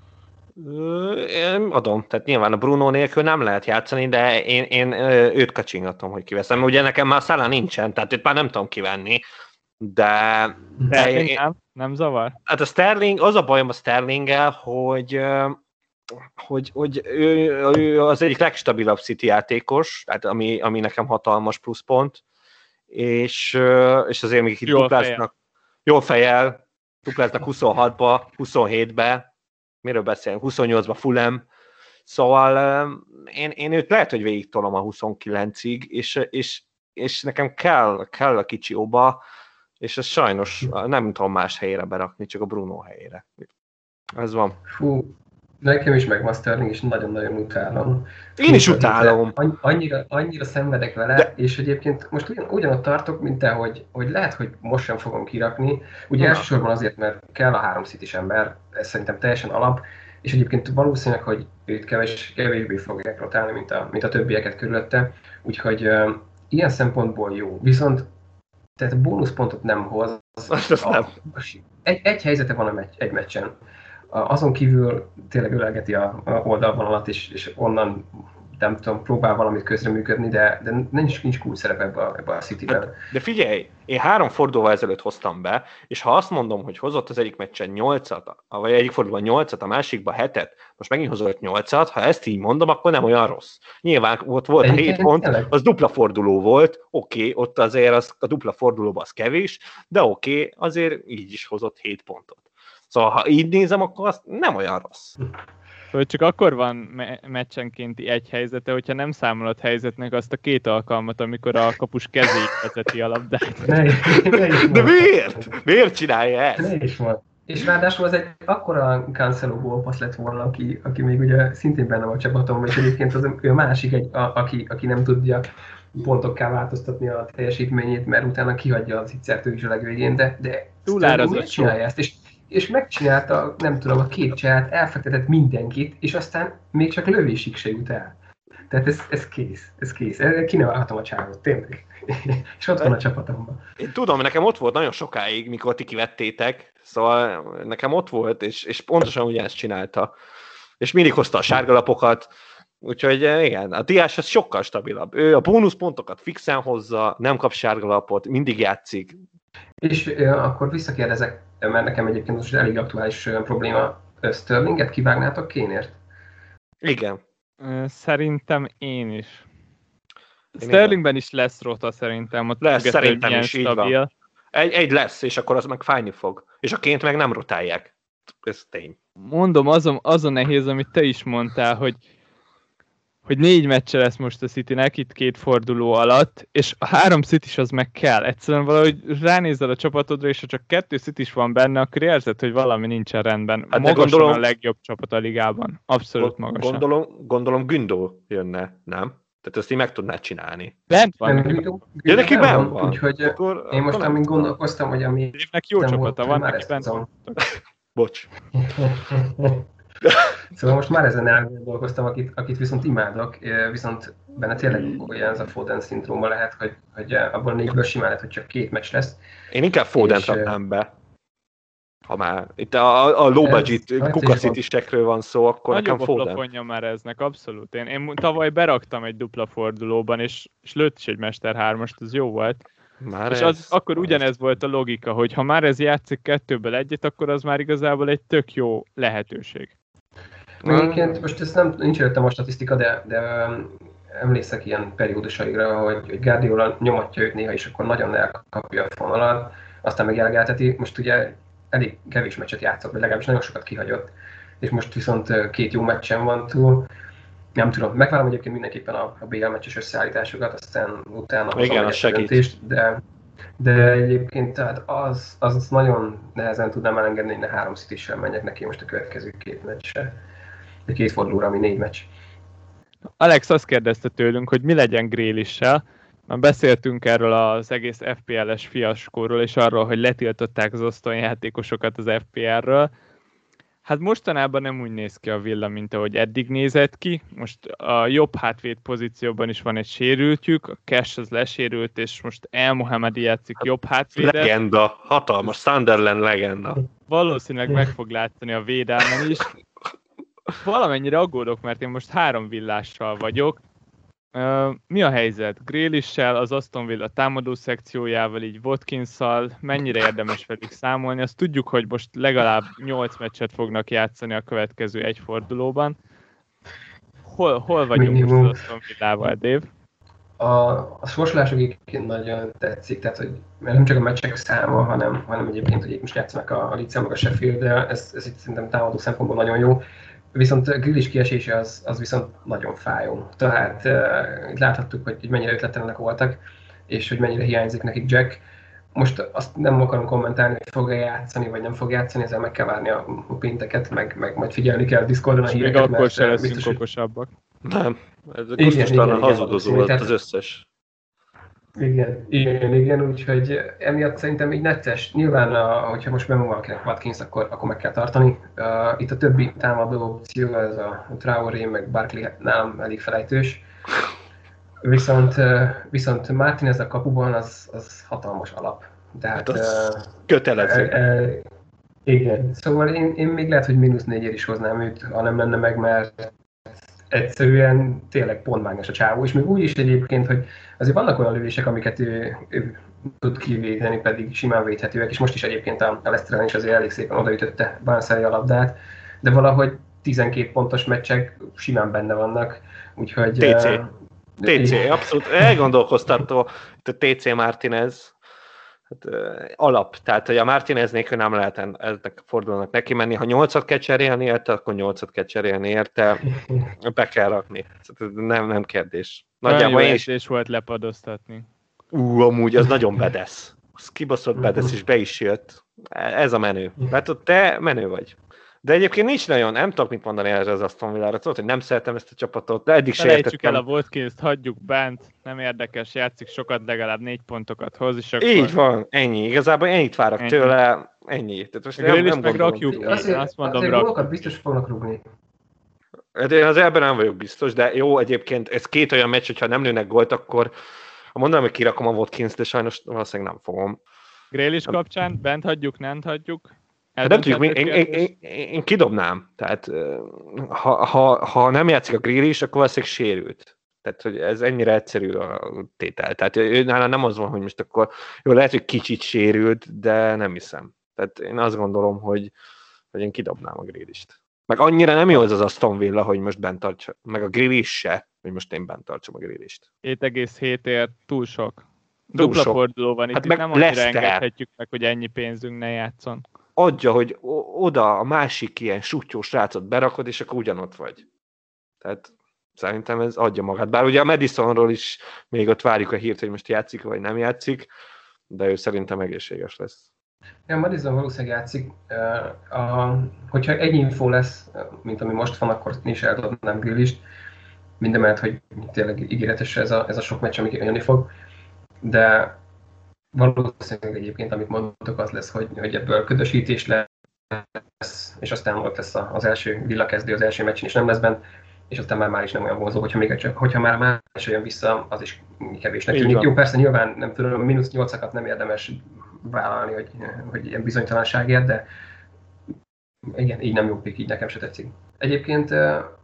Én adom, tehát nyilván a Bruno nélkül nem lehet játszani, de én őt kacsingatom, hogy kiveszem. Ugye nekem már Salah nincsen, tehát őt már nem tudom kivenni, de nem zavar? Hát a Sterling, az a bajom a Sterlinggel, hogy ő az egyik legstabilabb City játékos, tehát ami nekem hatalmas pluszpont, és azért még itt jól fejjel, dupláznak 26-ba, 27-be, miről beszélünk, 28-ba Fulham, szóval én őt lehet, hogy végig tolom a 29-ig, és nekem kell a kicsi oba, és ez sajnos nem tudom más helyére berakni, csak a Bruno helyére. Ez van. Fú, Nekem is megvan Sterling, és nagyon-nagyon utálom. Én is utálom. Annyira szenvedek vele, és egyébként most ugyanott tartok, mint te, hogy lehet, hogy most sem fogom kirakni. Ugye elsősorban azért, mert kell a 3 City-s ember, ez szerintem teljesen alap, és egyébként valószínűleg, hogy őt kevésbé fogják rotálni, mint a többieket körülötte, úgyhogy ilyen szempontból jó. Viszont tehát bónuszpontot nem hoz. Egy helyzete van egy meccsen. Azon kívül tényleg ölelgeti a oldalvonalat, és onnan nem tudom, próbál valamit közreműködni, de nincs kulcs szerep ebbe a City-ben. De figyelj, én 3 fordulóval ezelőtt hoztam be, és ha azt mondom, hogy hozott az egyik meccsen 8-at, vagy egyik fordulóban 8-at, a másikban 7-et, most megint hozott 8-at, ha ezt így mondom, akkor nem olyan rossz. Nyilván ott volt 7 pont, az dupla forduló volt, oké, ott azért a dupla fordulóban az kevés, de oké, azért így is hozott 7 pontot. Szóval ha így nézem, akkor az nem olyan rossz. Hogy csak akkor van meccsenkénti egy helyzete, hogyha nem számolod helyzetnek azt a 2 alkalmat, amikor a kapus kezéig vezeti a labdát. De miért? Miért csinálja ezt? Ne is van. És ráadásul az egy akkora Cancelo gólpassz lett volna, aki még ugye szintén benne van a csapatomban, és egyébként az a másik, aki nem tudja pontokká változtatni a teljesítményét, mert utána kihagyja az ittszertől is a legvégén, de miért csinálja ezt? És megcsinálta, nem tudom, a 2 csát, elfektetett mindenkit, és aztán még csak lövésig se jut el. Tehát ez kész. Kinevelhatom a csávot, tényleg. És ott van a csapatomban. Én tudom, nekem ott volt nagyon sokáig, mikor ti kivettétek, szóval nekem ott volt, és pontosan ugyanezt csinálta. És mindig hozta a sárgalapokat, úgyhogy igen, a Diás az sokkal stabilabb. Ő a bónuszpontokat fixen hozza, nem kap sárgalapot, mindig játszik. És akkor visszakérdezek, mert nekem egyébként most elég aktuális probléma. Sterlinget kivágnátok Kénért? Igen. Szerintem én is. Sterlingben is lesz rota szerintem. Ott lesz, szerintem is, stabil. így van. Egy lesz, és akkor az meg fájni fog. És a Ként meg nem rotálják. Ez tény. Mondom, azon nehéz, amit te is mondtál, hogy 4 meccse lesz most a Citynek itt 2 forduló alatt, és a 3 City-s az meg kell. Egyszerűen valahogy ránézel a csapatodra, és ha csak 2 City-s van benne, akkor érzed, hogy valami nincsen rendben. Hát magasan a legjobb csapat a ligában. Abszolút magasan. Gondolom Gündó jönne, nem? Tehát ezt így meg tudnád csinálni. Bent van. Ja, neki benn van. Úgyhogy én most amíg gondolkoztam, hogy ami... Évnek jó csapata van, neki bent van. Bocs. Szóval most már ezen elgondolkoztam, akit viszont imádok, viszont benne tényleg olyan ez a Foden-szindróma lehet, hogy abból 4-ből simán lehet, hogy csak 2 meccs lesz. Én inkább Fodent raknám be. Ha már itt a low budget kukaszitisekről van szó, akkor nekem Foden. Nagyobb a plafonja már eznek, abszolút. Én tavaly beraktam egy dupla fordulóban, és lőtt is egy Mester 3-ast, az jó volt. Már és akkor ugyanez volt a logika, hogy ha már ez játszik 2-ből egyet, akkor az már igazából egy tök jó lehetőség. Egyébként most ez nincs előttem a statisztika, de emlékszek ilyen periódusaira, hogy Guardiola nyomatja őt néha, és akkor nagyon elkapja a fonalat, aztán meg elgelteti. Most ugye elég kevés meccset játszott, vagy legalábbis nagyon sokat kihagyott, és most viszont 2 jó meccsen van túl. Nem tudom, megvárom egyébként mindenképpen a BL meccses összeállításokat, aztán utána hozom egy döntést, de egyébként tehát az nagyon nehezen tudnám elengedni, hogy ne 3 City-sel menjek neki most a következő 2 meccsre. De 2 fordulóra, ami 4 meccs. Alex azt kérdezte tőlünk, hogy mi legyen Grealishsel. Már beszéltünk erről az egész FPL-es fiaskóról, és arról, hogy letiltották az osztalyjátékosokat az FPL-ről. Hát mostanában nem úgy néz ki a Villa, mint ahogy eddig nézett ki. Most a jobb hátvéd pozícióban is van egy sérültjük, a Cash az lesérült, és most El Mohamedi játszik jobb hátvédet. Legenda, hatalmas, Sunderland legenda. Valószínűleg meg fog látszani a védelmen is. Valamennyire aggódok, mert én most 3 villással vagyok. Mi a helyzet? Grealishsel, az Aston Villa támadó szekciójával, így Watkinsszal, mennyire érdemes velük számolni? Azt tudjuk, hogy most legalább 8 meccset fognak játszani a következő egy fordulóban. Hol vagyunk most az Aston Villával, Dave? A sorsolások egyébként nagyon tetszik, tehát hogy nem csak a meccsek száma, hanem egyébként, hogy itt most játszanak a Leeds meg a Sheffield, de ez itt szerintem támadó szempontból nagyon jó. Viszont Grealish kiesése az viszont nagyon fájó. Tehát itt láthattuk, hogy mennyire ötletelenek voltak, és hogy mennyire hiányzik nekik Jack. most azt nem akarom kommentálni, hogy fog-e játszani, vagy nem fog játszani, ezzel meg kell várni a pénteket, meg majd figyelni kell a Discordon a És híreket. még akkor se leszünk biztos, okosabbak. Nem, ez gusztustalan hazudozó volt az összes. Igen, úgyhogy emiatt szerintem így necces. Nyilván, hogyha most benne van valakinek Watkins, akkor meg kell tartani. Itt a többi támadó opció, ez a Traoré, meg Barkley nálam elég felejtős. Viszont Martinez a kapuban az hatalmas alap. Tehát, kötelező. Igen, szóval én még lehet, hogy -4-ért is hoznám őt, ha nem lenne meg, mert egyszerűen tényleg pontmágnes a csávó, és még úgy is egyébként, hogy azért vannak olyan lövések, amiket ő tud kivédeni, pedig simán védhetőek, és most is egyébként a Leicester is azért elég szépen odaütötte Barnsley a labdát, de valahogy 12 pontos meccsek simán benne vannak, úgyhogy... TC, abszolút elgondolkoztató, itt a TC Martinez alap, tehát hogy a Martinez nélkül nem lehet ennek a fordulónak neki menni, ha 8-at kell cserélni érte, akkor 8-at kell cserélni érte, be kell rakni, nem kérdés. Nagyjából én is volt lepadoztatni. Amúgy az nagyon bedesz, az kibaszott bedesz, és be is jött, ez a menő, mert ott te menő vagy. De egyébként nincs nagyon, nem tudok mit mondani erre az Aston Villára, tudod, hogy nem szeretem ezt a csapatot, de eddig se értettem. Felejtsük el a Watkins-t, hagyjuk bent, nem érdekes, játszik sokat, legalább 4 pontokat hoz, és akkor... Így van, ennyi, igazából ennyit várok tőle, ennyi. Tehát most nem meg rakjuk, azt mondom, rakjuk. Biztos fognak rúgni. Én az ebben nem vagyok biztos, de jó, egyébként ez 2 olyan meccs, hogyha nem lőnek gólt, akkor mondanám, hogy kirakom a Watkins-t, de sajnos valószínűleg nem fogom. Grealish kapcsán, bent hagyjuk, nem hagyjuk? Nem tudjuk, én kidobnám. Tehát ha nem játszik a Grealish, akkor valószínűleg sérült. Tehát, hogy ez ennyire egyszerű a tétel. Tehát nála nem az van, hogy most akkor jó, lehet, hogy kicsit sérült, de nem hiszem. Tehát én azt gondolom, hogy én kidobnám a Grealish-t. Meg annyira nem jó az Aston Villa, hogy most bent tartsa, meg a Grealish se, hogy most én bent tartsam a Grealish-t. 7,7-ért túl sok. Dupla forduló van itt, nem annyira engedhetjük meg, hogy ennyi pénzünk ne játszon. Adja, hogy oda a másik ilyen sutyós srácot berakod, és akkor ugyanott vagy. Tehát szerintem ez adja magát. Bár ugye a Madisonról is még ott várjuk a hírt, hogy most játszik, vagy nem játszik, de ő szerintem egészséges lesz. Ja, Madison valószínűleg játszik. Hogyha egy infó lesz, mint ami most van, akkor is eldobnám Grealish-t. Mindemellett, hogy tényleg ígéretes ez a sok meccs, ami jönni fog. De valószínűleg egyébként, amit mondtok, az lesz, hogy ebből ködösítés lesz, és aztán ott lesz az első villakezdő az első meccsen, és nem lesz bent, és aztán már is nem olyan vonzó, hogyha már más jön vissza, az is kevésnek tűnik. Jó, persze nyilván nem tudom, -8-akat nem érdemes vállalni, hogy ilyen bizonytalanságért, de igen, így nem jó pikk, így nekem se tetszik. Egyébként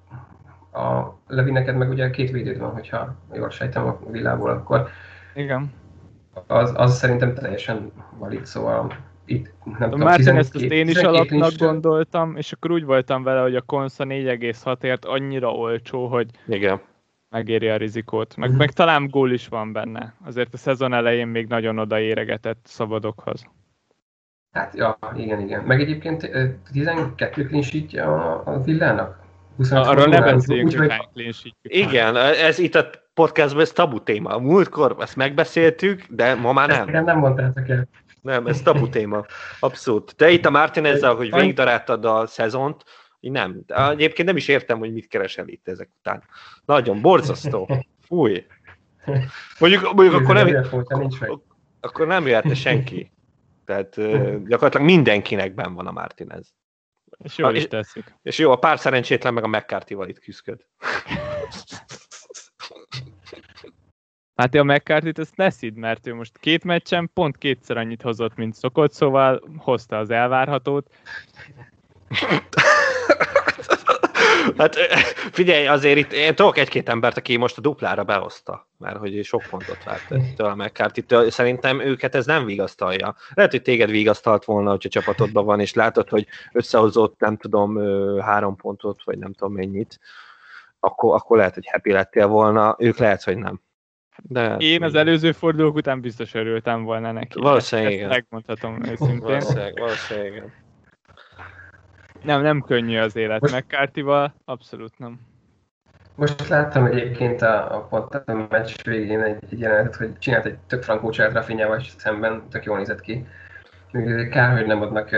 a Levi, neked meg ugye 2 védőd van, hogyha jól sejtem a Villából, akkor igen. Az szerintem teljesen valid, szóval itt nem tudom, Martinez-t azt én is alapnak gondoltam, és akkor úgy voltam vele, hogy a Konsa 4,6-ért annyira olcsó, hogy igen, megéri a rizikót. Meg talán gól is van benne. Azért a szezon elején még nagyon odaéregetett szabadokhoz. Hát, ja, igen. Meg egyébként 12 clean sheetje a Villának? Arról ne beszéljünk, hogy hány clean sheetjük. Igen, ez itt a podcastban ez tabu téma. A múltkor ezt megbeszéltük, de ma már nem. Ezt nem mondtátok el. Nem, ez tabu téma. Abszolút. De itt a Martinezzel, hogy végigdaráltad a szezont, nem. Egyébként nem is értem, hogy mit keresel itt ezek után. Nagyon borzasztó. Fúj. Mondjuk akkor nem jöhetne senki. Tehát gyakorlatilag mindenkinek benn van a Martinez. És jól is teszik. És jó, a pár szerencsétlen meg a McCarthy-val itt küszköd. Hát a McCarthy-t ezt ne szidd, mert ő most 2 meccsen pont 2-szer annyit hozott, mint szokott, szóval hozta az elvárhatót. Hát figyelj, azért itt én tudok 1-2 embert, aki most a duplára behozta, mert hogy sok pontot várt ettől a McCarthy-től. Szerintem őket ez nem vigasztalja. Lehet, hogy téged vigasztalt volna, hogyha csapatodban van, és látod, hogy összehozott, nem tudom, 3 pontot, vagy nem tudom mennyit, akkor lehet, hogy happy lettél volna, ők lehet, hogy nem. De én az előző fordulók után biztos örültem volna neki. Valószínűleg igen. Megmondhatom őszintén. Valószínűleg igen. Nem könnyű az élet McCarthy-val, abszolút nem. Most láttam egyébként pont a meccs végén egy jelenetet, hogy csinált egy tök frankó cselt Rafinhával szemben, tök jól nézett ki. Kár, hogy nem adnak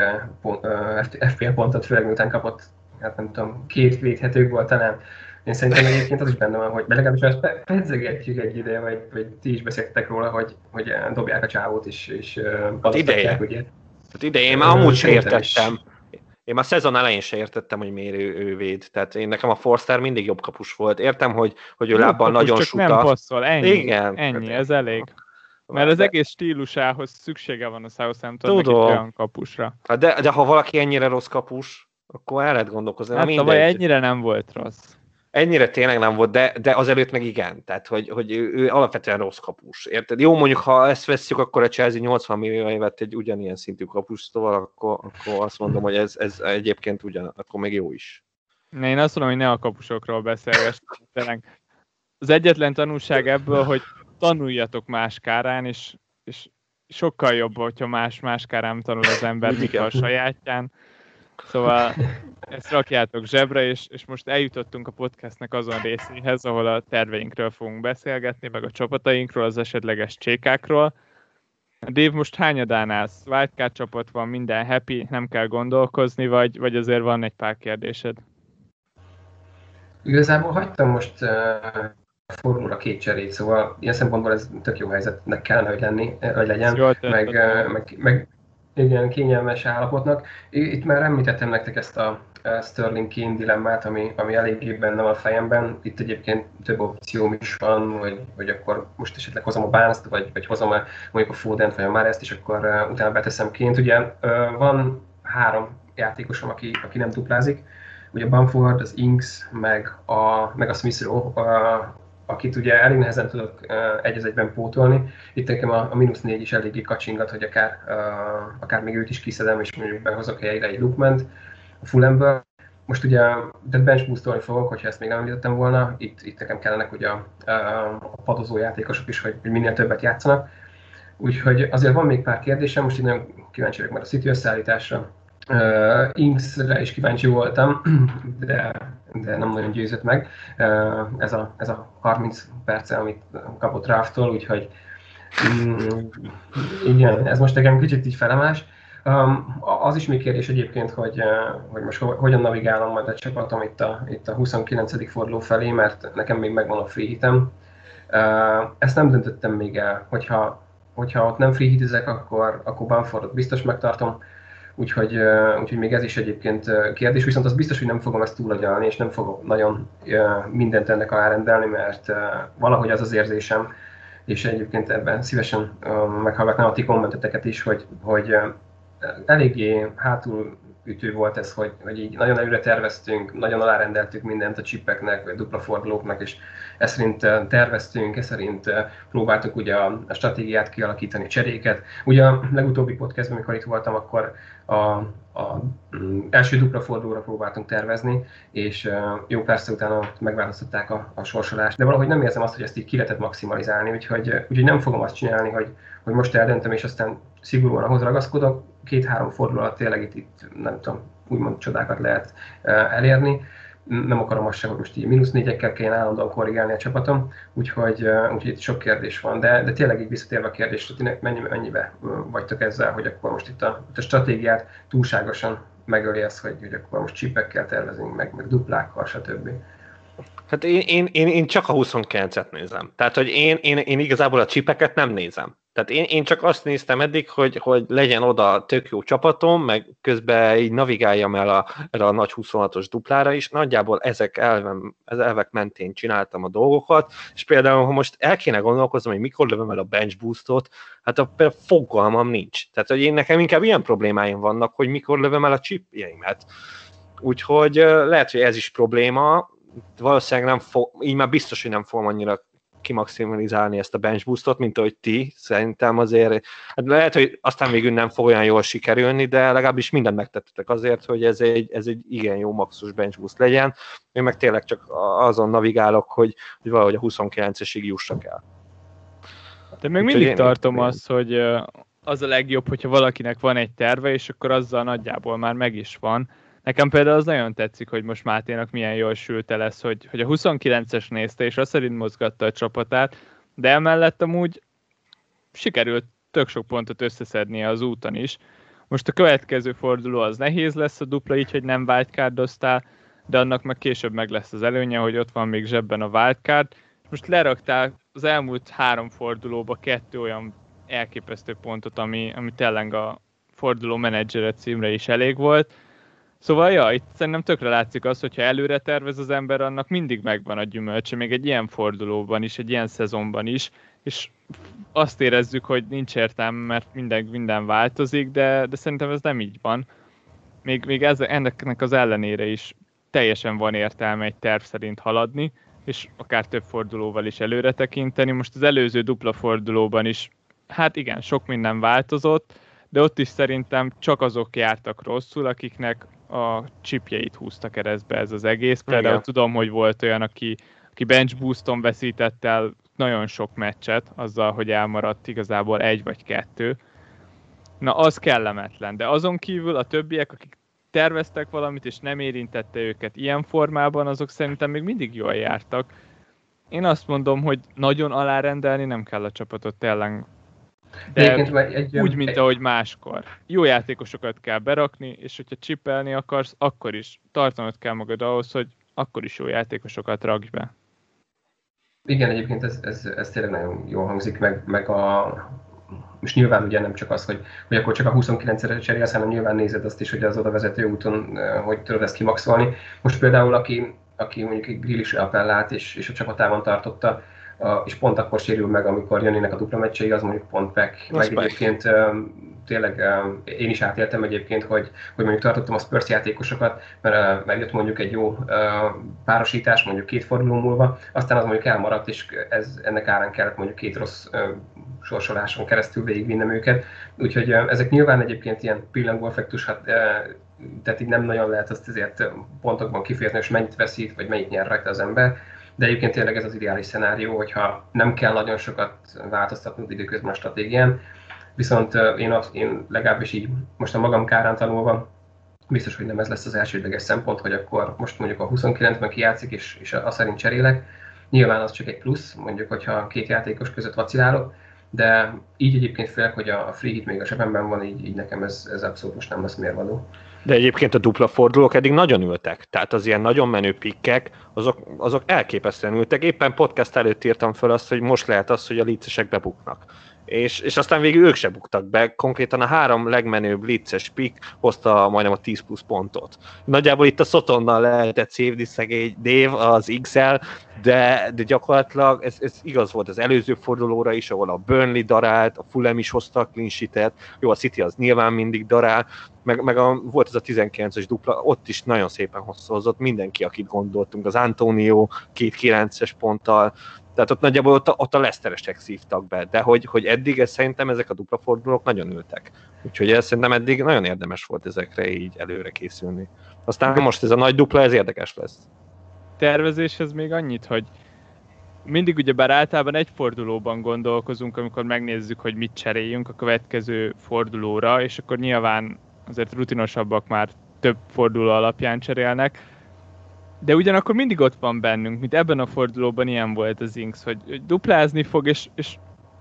FPL pontot, főleg miután kapott, hát nem tudom, 2 védhetők volt talán. Én szerintem egyébként az is benne van, hogy legalábbis azt pedzegetjük egy ideje, vagy ti is beszéltek róla, hogy dobják a csávót és padoztatják, ugye. Hát ideje, én már amúgy sem értettem. Én már szezon elején sem értettem, hogy miért ő véd. Tehát nekem a Forster mindig jobb kapus volt. Értem, hogy ő lábbal nagyon csak suta. nem passzol, ennyi. Igen. Ennyi, ez elég. Mert az egész stílusához szüksége van a Southamptonnak egy olyan kapusra. De ha valaki ennyire rossz kapus, akkor el lehet gondolkozni. Hát tavaly ennyire nem volt rossz. Ennyire tényleg nem volt, de azelőtt meg igen. Tehát, hogy ő alapvetően rossz kapus. Érted? Jó, mondjuk, ha ezt vesszük, akkor a Chelsea 80 millióra vett egy ugyanilyen szintű kapustól, akkor azt mondom, hogy ez egyébként akkor még jó is. Én azt mondom, hogy ne a kapusokról beszélgessünk. Az egyetlen tanulság ebből, hogy tanuljatok más kárán, és sokkal jobb, hogyha más kárán tanul az ember, mint a sajátján. Szóval ezt rakjátok zsebre, és most eljutottunk a podcastnek azon részéhez, ahol a terveinkről fogunk beszélgetni, meg a csapatainkról, az esetleges csékákról. Dave, most hányadán állsz? Wildcard csapat van, minden happy, nem kell gondolkozni, vagy azért van egy pár kérdésed? Igazából hagytam most fordulóra 2 cserét, szóval ilyen szempontból ez tök jó helyzetnek kellene, hogy legyen, meg igen, kényelmes állapotnak. Itt már említettem nektek ezt a Sterling Kane dilemmát, ami eléggé benne van a fejemben. Itt egyébként több opcióm is van, hogy akkor most esetleg hozom a Barnes-t, vagy hozom mondjuk a Fodent, vagy a Mahrest, és akkor utána beteszem Kane-t. Ugye van 3 játékosom, aki nem duplázik. Ugye Bamford, az Ings, meg a Smith Rowe, akit ugye elég nehezen tudok egy az egyben pótolni. Itt nekem a -4 is eléggé kacsingat, hogy akár még őt is kiszedem, és mondjuk behozok egy Lookman-t a Fulhamből. Most ugye bench boostolni fogok, hogyha ezt még nem említettem volna. Itt nekem kellenek ugye a padozó játékosok is, hogy minél többet játszanak. Úgyhogy azért van még pár kérdésem, most így nagyon kíváncsi vagyok már a City összeállításra. Inksre is kíváncsi voltam, de nem nagyon győzött meg. Ez a 30 perce, amit kapott Ráftól, úgyhogy igen, ez most nekem kicsit így felemás. Az is még kérdés egyébként, hogy most hogyan navigálom majd a csapatom itt a 29. forduló felé, mert nekem még megvan a free hitem. Ezt nem döntöttem még el, hogyha ott nem free hitezek, akkor Bamfordot biztos megtartom. Úgyhogy még ez is egyébként kérdés, viszont az biztos, hogy nem fogom ezt túlagyalni, és nem fogok nagyon mindent ennek alárendelni, mert valahogy az érzésem, és egyébként ebben szívesen meghallgatnám a ti kommenteteket is, hogy eléggé hátulütő volt ez, hogy így nagyon előre terveztünk, nagyon alárendeltük mindent a chipeknek, vagy dupla fordulóknak, és ezt szerint terveztünk, ezt szerint próbáltuk ugye a stratégiát kialakítani, cseréket. Ugye a legutóbbi podcastban, amikor itt voltam, akkor a első dupla fordulóra próbáltunk tervezni, és jó persze utána megváltoztatták a sorsolást, de valahogy nem érzem azt, hogy ezt így ki lehetett maximalizálni, úgyhogy nem fogom azt csinálni, hogy most eldöntöm, és aztán szigorúan ahhoz ragaszkodok. 2-3 forduló alatt tényleg itt nem tudom, úgymond csodákat lehet elérni. Nem akarom azt sem, hogy most így -4-ekkel kelljen állandóan korrigálni a csapatom, úgyhogy itt sok kérdés van, de tényleg így visszatérve a kérdésre, mennyibe vagytok ezzel, hogy akkor most itt a stratégiát túlságosan megöli ez, hogy akkor most chipekkel tervezünk, meg duplákkal, stb. Hát én csak a 29-et nézem. Tehát, hogy én igazából a chipeket nem nézem. Tehát én csak azt néztem eddig, hogy legyen oda tök jó csapatom, meg közben így navigáljam el erre a nagy 26-os duplára is. Nagyjából az elvek mentén csináltam a dolgokat, és például, ha most el kéne gondolkoznom, hogy mikor lövöm el a bench boostot, hát például fogalmam nincs. Tehát, hogy nekem inkább ilyen problémáim vannak, hogy mikor lövöm el a chipjeimet. Úgyhogy lehet, hogy ez is probléma. Valószínűleg így már biztos, hogy nem fogom annyira kimaximalizálni ezt a bench boostot, mint ahogy ti. Szerintem azért, hát lehet, hogy aztán végül nem fog olyan jól sikerülni, de legalábbis mindent megtettetek azért, hogy ez egy igen jó maxus bench boost legyen. Én meg tényleg csak azon navigálok, hogy valahogy a 29-esig jussak el. De még mindig tartom azt, hogy az a legjobb, hogyha valakinek van egy terve, és akkor azzal nagyjából már meg is van. Nekem például az nagyon tetszik, hogy most Máténak milyen jól sült lesz, hogy a 29-es nézte, és azt szerint mozgatta a csapatát, de emellett amúgy sikerült tök sok pontot összeszednie az úton is. Most a következő forduló az nehéz lesz a dupla, így, hogy nem wildcardoztál, de annak meg később meg lesz az előnye, hogy ott van még zsebben a wildcard. Most leraktál az elmúlt 3 fordulóba 2 olyan elképesztő pontot, ami tényleg a forduló menedzsere címre is elég volt. Szóval ja, itt szerintem tökre látszik az, hogyha előre tervez az ember, annak mindig megvan a gyümölcse, még egy ilyen fordulóban is, egy ilyen szezonban is, és azt érezzük, hogy nincs értelme, mert minden változik, de szerintem ez nem így van. Még ennek az ellenére is teljesen van értelme egy terv szerint haladni, és akár több fordulóval is előre tekinteni. Most az előző dupla fordulóban is, hát igen, sok minden változott, de ott is szerintem csak azok jártak rosszul, akiknek a chipjeit húzta keresztbe ez az egész. Például tudom, hogy volt olyan, aki bench booston veszített el nagyon sok meccset, azzal, hogy elmaradt igazából 1 vagy 2. Na, az kellemetlen, de azon kívül a többiek, akik terveztek valamit, és nem érintette őket ilyen formában, azok szerintem még mindig jól jártak. Én azt mondom, hogy nagyon alárendelni nem kell a csapatot tényleg, de úgy, mint ahogy máskor. Jó játékosokat kell berakni, és hogyha chipelni akarsz, akkor is tartanod kell magad ahhoz, hogy akkor is jó játékosokat rakj be. Igen, egyébként ez tényleg nagyon jól hangzik, meg most nyilván ugye nem csak az, hogy akkor csak a 29-re cserélsz, hanem nyilván nézed azt is, hogy az oda vezető úton hogy tudod ezt kimaxolni. Most például, aki mondjuk egy Grealish appellát és a csapatában tartotta, és pont akkor sérül meg, amikor jönnének a dupla meccsei, az mondjuk pont Peck. Meg egyébként tényleg én is átéltem egyébként, hogy mondjuk tartottam a Spurs játékosokat, mert megjött mondjuk egy jó párosítás, mondjuk 2 forduló múlva, aztán az mondjuk elmaradt, és ennek árán kellett mondjuk 2 rossz sorsoláson keresztül végigvinnem őket. Úgyhogy ezek nyilván egyébként ilyen pillangó effektus, tehát így nem nagyon lehet azt azért pontokban kifejezni, és mennyit veszít, vagy mennyit nyer rajta az ember. De egyébként tényleg ez az ideális szenárió, hogyha nem kell nagyon sokat változtatnod időközben a stratégián. Viszont én legalábbis így most a magam kárán tanulva, biztos, hogy nem ez lesz az elsődleges szempont, hogy akkor most mondjuk a 29-ben kijátszik, és azt szerint cserélek. Nyilván az csak egy plusz, mondjuk, hogyha 2 játékos között vacilálok, de így egyébként félek, hogy a free hit még a zsebemben van, így nekem ez abszolút most nem lesz mérvadó. De egyébként a dupla fordulók eddig nagyon ültek, tehát az ilyen nagyon menő pikkek, azok elképesztően ültek. Éppen podcast előtt írtam föl azt, hogy most lehet az, hogy a leadsesek bebuknak. És aztán végül ők se buktak be, konkrétan a 3 legmenőbb leadses pick hozta majdnem a 10 plusz pontot. Nagyjából itt a Sotonnal lehetett szívni szegény Dave az XL, de gyakorlatilag ez igaz volt az előző fordulóra is, ahol a Burnley darált, a Fulham is hozta a clean sheetet, jó, a City az nyilván mindig darál, meg volt ez a 19-es dupla, ott is nagyon szépen hozott mindenki, akit gondoltunk, az Antonio 2 9-es ponttal, tehát ott nagyjából ott a Leicesteresek szívtak be, de hogy eddig szerintem ezek a dupla fordulók nagyon ültek. Úgyhogy szerintem eddig nagyon érdemes volt ezekre így előre készülni. Aztán most ez a nagy dupla, ez érdekes lesz. Tervezéshez még annyit, hogy mindig ugyebár általában egy fordulóban gondolkozunk, amikor megnézzük, hogy mit cseréljünk a következő fordulóra, és akkor nyilván azért rutinosabbak már több forduló alapján cserélnek, de ugyanakkor mindig ott van bennünk, mint ebben a fordulóban ilyen volt az Inks, hogy duplázni fog, és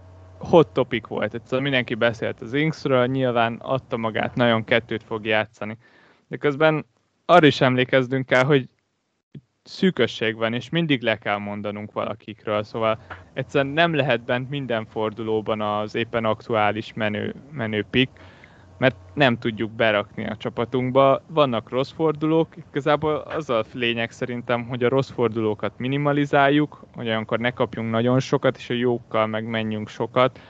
hot topic volt. Egyszerűen mindenki beszélt az Inksről, nyilván adta magát, nagyon 2 fog játszani. De közben arra is emlékeznünk kell, hogy szűkösség van, és mindig le kell mondanunk valakikről, szóval egyszerűen nem lehet bent minden fordulóban az éppen aktuális menő pick, mert nem tudjuk berakni a csapatunkba. Vannak rossz fordulók, igazából az a lényeg szerintem, hogy a rossz fordulókat minimalizáljuk, hogy olyankor ne kapjunk nagyon sokat, és a jókkal meg menjünk sokat.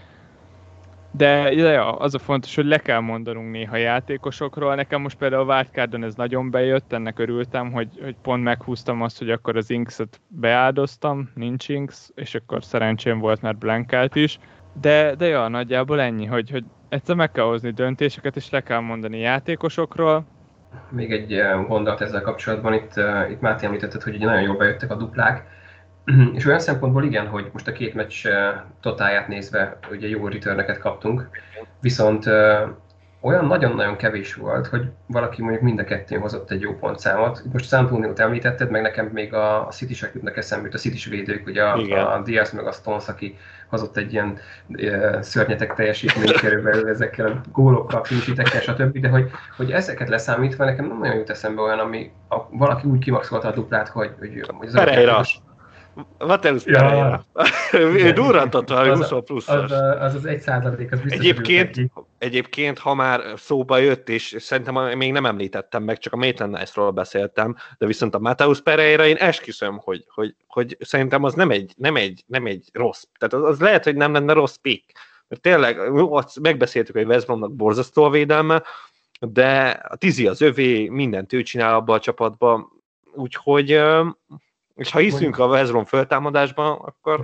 De ja, az a fontos, hogy le kell mondanunk néha játékosokról. Nekem most például a wildcardon ez nagyon bejött, ennek örültem, hogy pont meghúztam azt, hogy akkor az Inks-et beáldoztam, nincs Inks, és akkor szerencsém volt, mert blankelt is. De ja, nagyjából ennyi, hogy egyszer meg kell hozni döntéseket, és le kell mondani játékosokról. Még egy gondolat ezzel kapcsolatban, itt Máté említetted, hogy ugye nagyon jól bejöttek a duplák, és olyan szempontból igen, hogy most a 2 meccs totálját nézve ugye jó returneket kaptunk, viszont olyan nagyon-nagyon kevés volt, hogy valaki mondjuk mind a kettőn hozott egy jó pontszámot. Most az Antoniót említetted, meg nekem még a City-sek jutnak eszembe, a City-s védők, ugye a Diaz meg a Stones, aki hozott egy ilyen szörnyetek teljesítményt körülbelül ezekkel a gólokkal, clean-sheetekkel, stb. De hogy ezeket leszámítva nekem nem nagyon jut eszembe olyan, ami valaki úgy kimaxolta a duplát, hogy az Pereira. Mateus Pereira. Ő durrantott valami 20 pluszos. Az 1%, az biztos. Egyébként, ha már szóba jött, és szerintem még nem említettem meg, csak a Maitland Nice-ról beszéltem, de viszont a Mateus Pereira, én esküszöm, hogy szerintem az nem egy rossz. Tehát az lehet, hogy nem lenne rossz pick. Mert tényleg, megbeszéltük, hogy West Bromnak borzasztó a védelme, de a Tizi az övé, mindent ő csinál abban a csapatban, úgyhogy... És ha hiszünk a West Brom föltámadásban, akkor...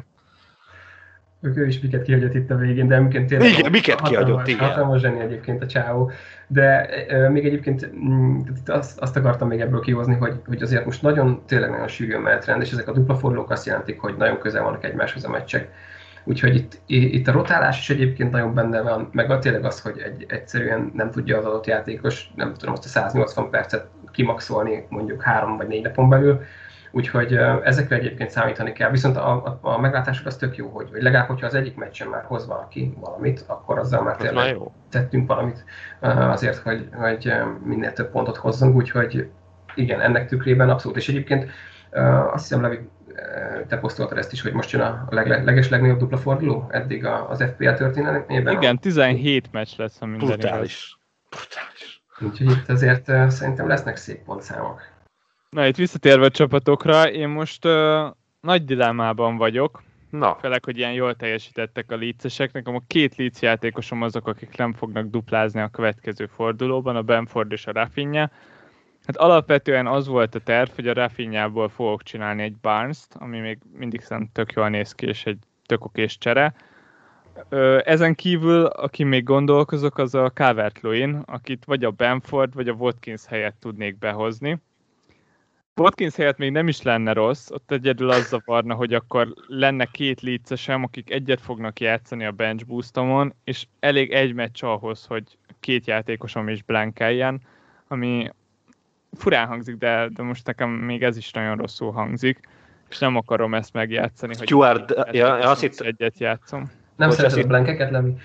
Ő is miket kihagyott itt a végén, de egyébként tényleg... Igen, miket kihagyott, igen. Hatalmas zseni egyébként a csávó. De még egyébként azt akartam még ebből kihozni, hogy azért most tényleg nagyon sűrűn mehet rend, és ezek a dupla fordulók azt jelentik, hogy nagyon közel vannak egymáshoz a meccsek. Úgyhogy itt a rotálás is egyébként nagyon benne van, meg tényleg az, hogy egyszerűen nem tudja az adott játékos, nem tudom, azt a 180 percet kimaxolni mondjuk 3 vagy 4 napon belül. Úgyhogy ezekre egyébként számítani kell. Viszont a meglátások az tök jó, hogy legalább, hogyha az egyik meccsen már hoz valaki valamit, akkor azzal már tényleg tettünk valamit azért, hogy minél több pontot hozzunk. Úgyhogy igen, ennek tükrében abszolút. És egyébként azt hiszem, Levi, te posztoltad ezt is, hogy most jön a legnagyobb dupla forduló eddig az FPL történetében. Igen, 17 meccs lesz, ha minden Brutális. Úgyhogy itt azért szerintem lesznek szép pontszámok. Na, itt visszatérve a csapatokra, én most nagy dilemmában vagyok. Főleg, hogy ilyen jól teljesítettek a Leedsesek. Nekem a 2 Leeds játékosom azok, akik nem fognak duplázni a következő fordulóban, a Bamford és a Rafinha. Hát alapvetően az volt a terv, hogy a Rafinhából fogok csinálni egy Barnes-t, ami még mindig szerintem tök jól néz ki, és egy tök okés csere. Ezen kívül, aki még gondolkozok, az a Calvert-Lewin, akit vagy a Bamford, vagy a Watkins helyett tudnék behozni. Watkins helyett még nem is lenne rossz, ott egyedül az zavarna, hogy akkor lenne 2 Leedsesem, akik egyet fognak játszani a bench boostomon, és elég egy meccs ahhoz, hogy 2 játékosom is blankeljen, ami furán hangzik, de most nekem még ez is nagyon rosszul hangzik, és nem akarom ezt megjátszani, hogy Stuart, egyet játszom. Nem szereted a blankeket, Levi?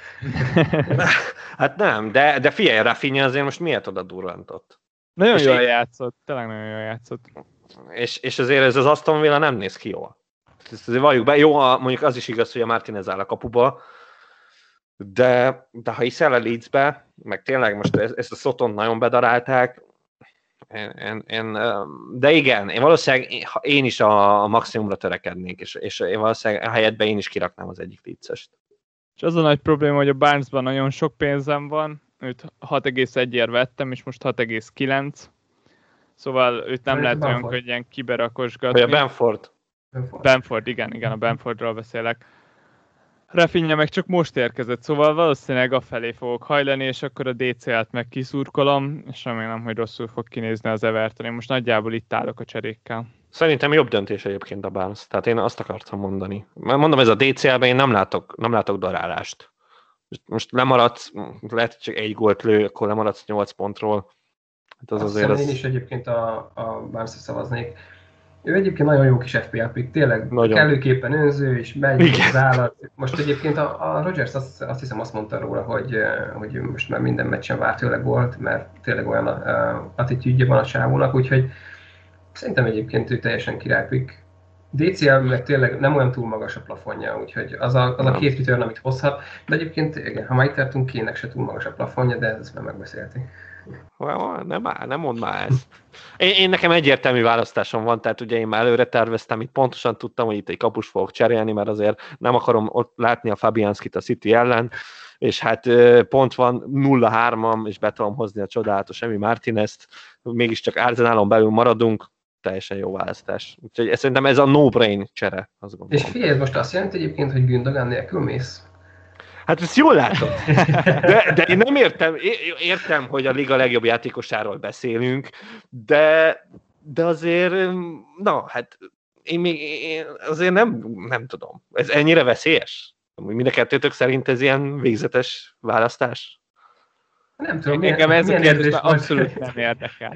Hát nem, de figyelj, Rafinha azért most miért oda durrantott? Nagyon jól játszott, tényleg nagyon jól játszott. És azért ez az Aston Villa nem néz ki jól. Ezt azért valljuk be. Jó, mondjuk az is igaz, hogy a Martinez áll a kapuba, de ha hiszel a Leedsbe, meg tényleg most ezt a Soton nagyon bedarálták, de igen, én valószínűleg én is a maximumra törekednék, és én valószínűleg a helyetben én is kiraknám az egyik Leedsest. És az a nagy probléma, hogy a Barnesban nagyon sok pénzem van, őt 6,1-ért vettem, és most 6,9. Szóval őt nem lehet olyan könnyen kiberakosgatni. Vagy a Bamford. Bamford, igen, a Bamfordról beszélek. Rafinha meg csak most érkezett, szóval valószínűleg afelé fogok hajlani, és akkor a DCL-t meg kiszurkolom, és remélem, hogy rosszul fog kinézni az Everton. Én most nagyjából itt állok a cserékkel. Szerintem jobb döntés egyébként a Barnes. Tehát én azt akartam mondani. Mondom, ez a DCL-ben én nem látok darálást. Most lemaradsz, lehet, hogy csak 1 gólt lő, akkor lemaradsz 8 pontról. Hát én is egyébként a Barnes-ra szavaznék. Ő egyébként nagyon jó kis FPL pick, tényleg nagyon. Kellőképpen önző, és megy az állat. Most egyébként a Rodgers azt hiszem azt mondta róla, hogy most már minden meccsen vár tőle gólt, mert tényleg olyan attitűdje van a csávónak, úgyhogy szerintem egyébként ő teljesen király pick. DCL meg tényleg nem olyan túl magas a plafonja, úgyhogy az a 2 return, amit hozhat, de egyébként igen, ha már itt tartunk, Kének se túl magas a plafonja, de ezt már megbeszéltük. Nem mondd már ezt. Én nekem egyértelmű választásom van, tehát ugye én már előre terveztem, itt pontosan tudtam, hogy itt egy kapus fogok cserélni, mert azért nem akarom ott látni a Fabianskit a City ellen, és hát pont van 0-3-am, és be tudom hozni a csodálatos Emi Martinezt, mégiscsak Arsenalon belül maradunk, teljesen jó választás. Úgyhogy szerintem ez a no-brain csere, azt gondolom. És figyelj, most azt jelenti egyébként, hogy Gündogan nélkül mész? Hát ezt jól látom. De én nem értem, hogy a liga legjobb játékosáról beszélünk, de azért, hát én azért nem tudom. Ez ennyire veszélyes? Mind a kettőtök szerint ez ilyen végzetes választás? Nem tudom, engem ez a milyen kérdés érzés már volt? abszolút nem érdekel.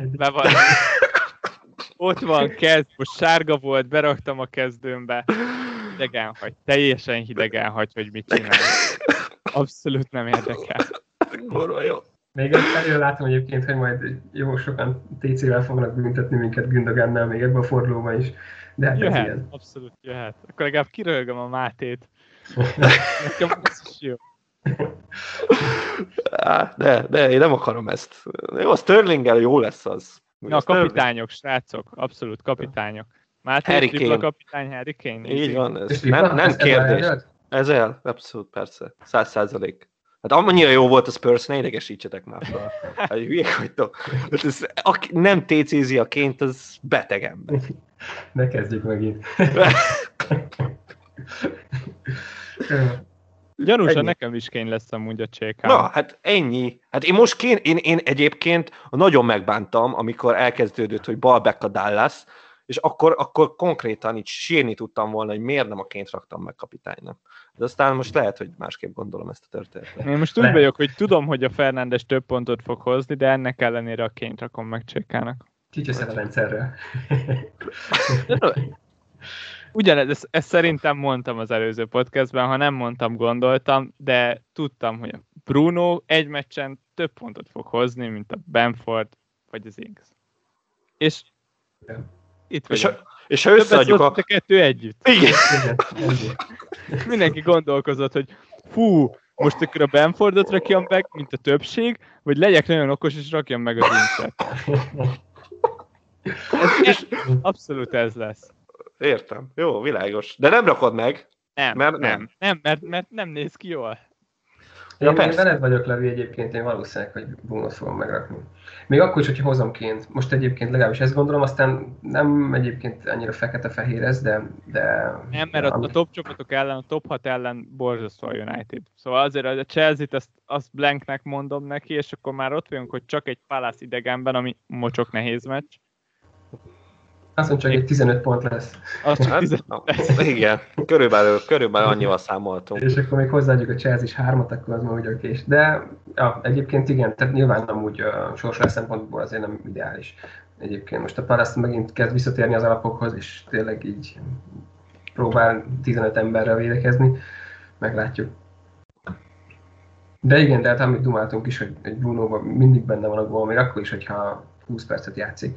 Ott van kezd, most sárga volt, beraktam a kezdőmbe. Hidegen hagy, teljesen hidegen hagy, hogy mit csinál. Abszolút nem érdekel. Jó. Még előre látom egyébként, hogy majd jó sokan TC-vel fognak büntetni minket Gündogannal még ebben a fordulóban is. De hát jöhet, ez ilyen. abszolút jöhet. Akkor legalább kiröhögöm a Mátét. Nekem ez is jó. De én nem akarom ezt. Jó, a Sterlinggel jó lesz az. Na, kapitányok, srácok, abszolút kapitányok. Máté, Harry tripla Kane. kapitány, Harry Kane. Így van, ez És nem kérdés. elárulod? Ez abszolút, persze. 100%. Hát annyira jó volt a Spurs, ne idegesítsetek már fel. Hát hülyék vagytok. Aki nem TC-zi a Kane-t, az beteg ember. Ne kezdjük megint. Gyanúsan Ennyi. nekem is Kane lesz amúgy a csékám. Na, hát ennyi. Hát én most én egyébként nagyon megbántam, amikor elkezdődött, hogy balback a Dallas, és akkor konkrétan így sírni tudtam volna, hogy miért nem a Kane-t raktam meg kapitánynak. De aztán most lehet, hogy másképp gondolom ezt a történetet. Én most úgy vagyok, hogy tudom, hogy a Fernándes több pontot fog hozni, de ennek ellenére a Kane-t rakom meg csékának. Kicseszel a rendszerrel. Ugyanez, ezt szerintem mondtam az előző podcastben, ha nem mondtam, gondoltam, de tudtam, hogy a Bruno egy meccsen több pontot fog hozni, mint a Bamford vagy az Ings. És itt vagyok. És ha összeadjuk a kettő együtt. Igen. Mindenki gondolkozott, hogy fú, most akkor a Bamfordot rakjam meg, mint a többség, vagy legyek nagyon okos, és rakjam meg az Ingset. Abszolút ez lesz. Értem. Jó, világos. De nem rakod meg. Nem, mert nem néz ki jól. Én veled vagyok, Levi, egyébként én valószínűleg, hogy Brunót fogom megrakni. Még akkor is, hogyha hozom Kane-t. Most egyébként legalábbis ezt gondolom, aztán nem egyébként annyira fekete-fehér ez, de... Nem, mert a top csapatok ellen, a top 6 ellen borzasztó a United. Szóval azért a Chelsea-t azt blanknek mondom neki, és akkor már ott vagyunk, hogy csak egy Palace idegenben, ami mocsok nehéz meccs. Azt mondja, csak egy 15 pont lesz. Igen, körülbelül annyival számoltunk. És akkor még hozzáadjuk a Chelsea is 3-at, akkor az már úgy okés. De ja, egyébként igen, tehát nyilván amúgy a sorsolás szempontból azért nem ideális. Egyébként most a Palace megint kezd visszatérni az alapokhoz, és tényleg így próbál 15 emberrel védekezni. Meglátjuk. De igen, de hát amit dumáltunk is, hogy Brunóban mindig benne van a gól, még akkor is, hogyha 20 percet játszik.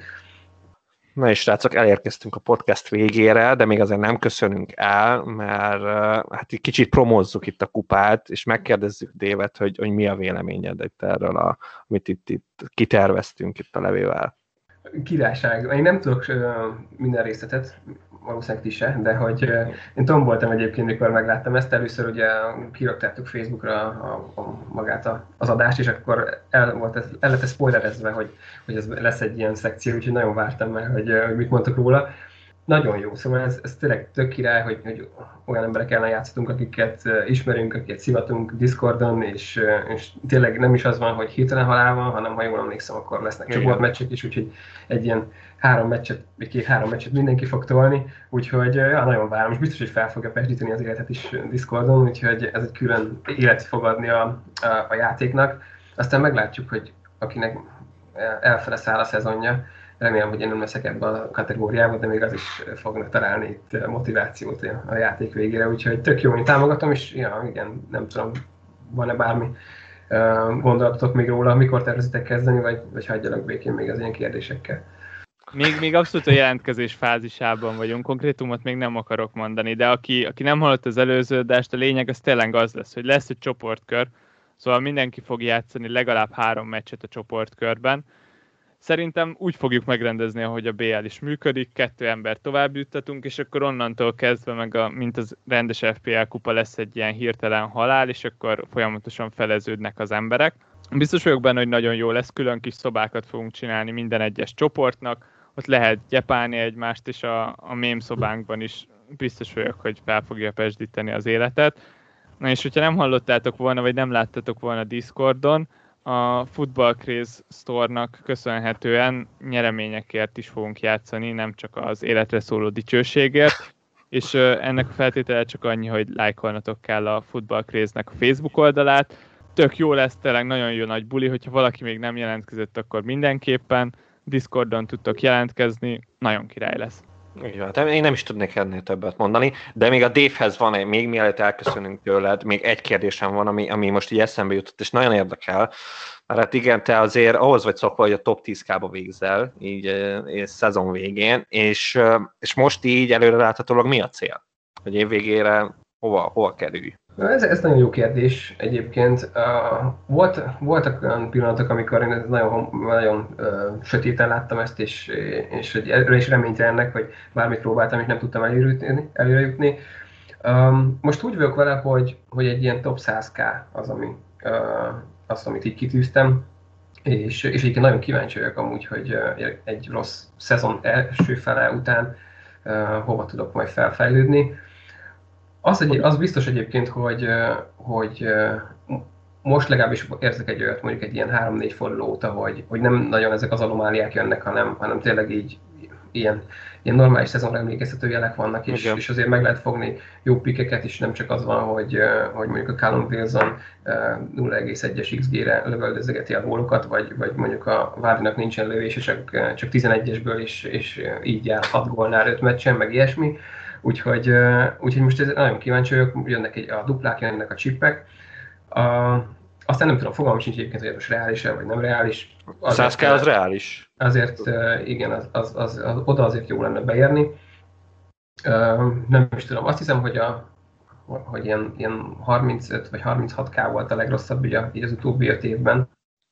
Na és srácok, elérkeztünk a podcast végére, de még azért nem köszönünk el, mert hát egy kicsit promózzuk itt a kupát, és megkérdezzük Dévet, hogy mi a véleményed itt erről, amit itt kiterveztünk itt a Levével. Királyság. Én nem tudok minden részletet, valószínűleg ti se, de hogy én tomboltam egyébként, mikor megláttam ezt. Először ugye kiraktátok Facebookra magát az adást, és akkor el lett spoilerezve, hogy ez lesz egy ilyen szekció, úgyhogy nagyon vártam már, hogy mit mondtok róla. Nagyon jó, szóval ez tényleg tök király, hogy olyan emberek ellen játszhatunk, akiket ismerünk, akiket szivatunk Discordon, és tényleg nem is az van, hogy hirtelen halál van, hanem ha jól emlékszem, akkor lesznek csoportmeccsek is, úgyhogy egy ilyen 3 meccset mindenki fog tolni, úgyhogy ja, nagyon várom, és biztos, hogy fel fogja pesdíteni az életet is Discordon, úgyhogy ez egy külön élet fog adni a játéknak. Aztán meglátjuk, hogy akinek elfele száll a szezonja, remélem, hogy én nem leszek ebben a kategóriában, de még az is fognak találni itt motivációt a játék végére, úgyhogy tök jó, én támogatom, és ja, igen, nem tudom, van-e bármi gondolatotok még róla, mikor tervezitek kezdeni, vagy hagyjalak békén még az ilyen kérdésekkel. Még abszolút a jelentkezés fázisában vagyunk, konkrétumot még nem akarok mondani, de aki nem hallott az előző adást, a lényeg az tényleg az lesz, hogy lesz egy csoportkör, szóval mindenki fog játszani legalább 3 meccset a csoportkörben. Szerintem úgy fogjuk megrendezni, ahogy a BL is működik, 2 embert tovább juttatunk, és akkor onnantól kezdve mint az rendes FPL kupa lesz egy ilyen hirtelen halál, és akkor folyamatosan feleződnek az emberek. Biztos vagyok benne, hogy nagyon jó lesz, külön kis szobákat fogunk csinálni minden egyes csoportnak, ott lehet gyepálni egymást, és a mém szobánkban is biztos vagyok, hogy fel fogja pesdíteni az életet. Na és hogyha nem hallottátok volna, vagy nem láttatok volna Discordon, a Football Craze Store-nak köszönhetően nyereményekért is fogunk játszani, nem csak az életre szóló dicsőségért, és ennek a feltétele csak annyi, hogy lájkolnatok kell a Football Craze-nek a Facebook oldalát, tök jó lesz, tényleg nagyon jó nagy buli, hogyha valaki még nem jelentkezett, akkor mindenképpen Discordon tudtok jelentkezni, nagyon király lesz. Így van. Én nem is tudnék ennél többet mondani, de még a Dave-hez van, még mielőtt elköszönünk tőled, még egy kérdésem van, ami most így eszembe jutott, és nagyon érdekel. Mert hát igen, te azért ahhoz vagy szokva, hogy a top 10K-ba végzel, így szezon végén, és most így előreláthatólag mi a cél? Hogy év végére hova kerülj? Ez nagyon jó kérdés egyébként. Voltak olyan pillanatok, amikor én nagyon sötéten láttam ezt, és erre is reménytelennek, hogy bármit próbáltam, és nem tudtam előre jutni. Most úgy vagyok vele, hogy egy ilyen top 100K az, amit így kitűztem, és egyébként nagyon kíváncsi vagyok amúgy, hogy egy rossz szezon első fele után hova tudok majd felfejlődni. Az biztos egyébként, hogy most legalábbis érzek egy olyat, mondjuk egy ilyen 3-4 forduló óta, hogy nem nagyon ezek az anomáliák jönnek, hanem tényleg így ilyen normális szezonra emlékeztető jelek vannak, és azért meg lehet fogni jó pikeket is, nem csak az van, hogy mondjuk a Callum Wilson 0,1-es XG-re lövöldözegeti a gólokat, vagy mondjuk a Vardynak nincsen lövése, csak 11-esből, és így jár 6 gólnál 5 meccsen, meg ilyesmi. Úgyhogy most ez nagyon kíváncsi vagyok, jönnek a duplák, jönnek a csippek. Aztán nem tudom, fogalmam sincs egyébként, hogy most reális-e, vagy nem reális. 100K az reális. Azért igen, oda azért jó lenne beérni. Nem is tudom, azt hiszem, hogy ilyen 35 vagy 36K volt a legrosszabb így az utóbbi 5 évben.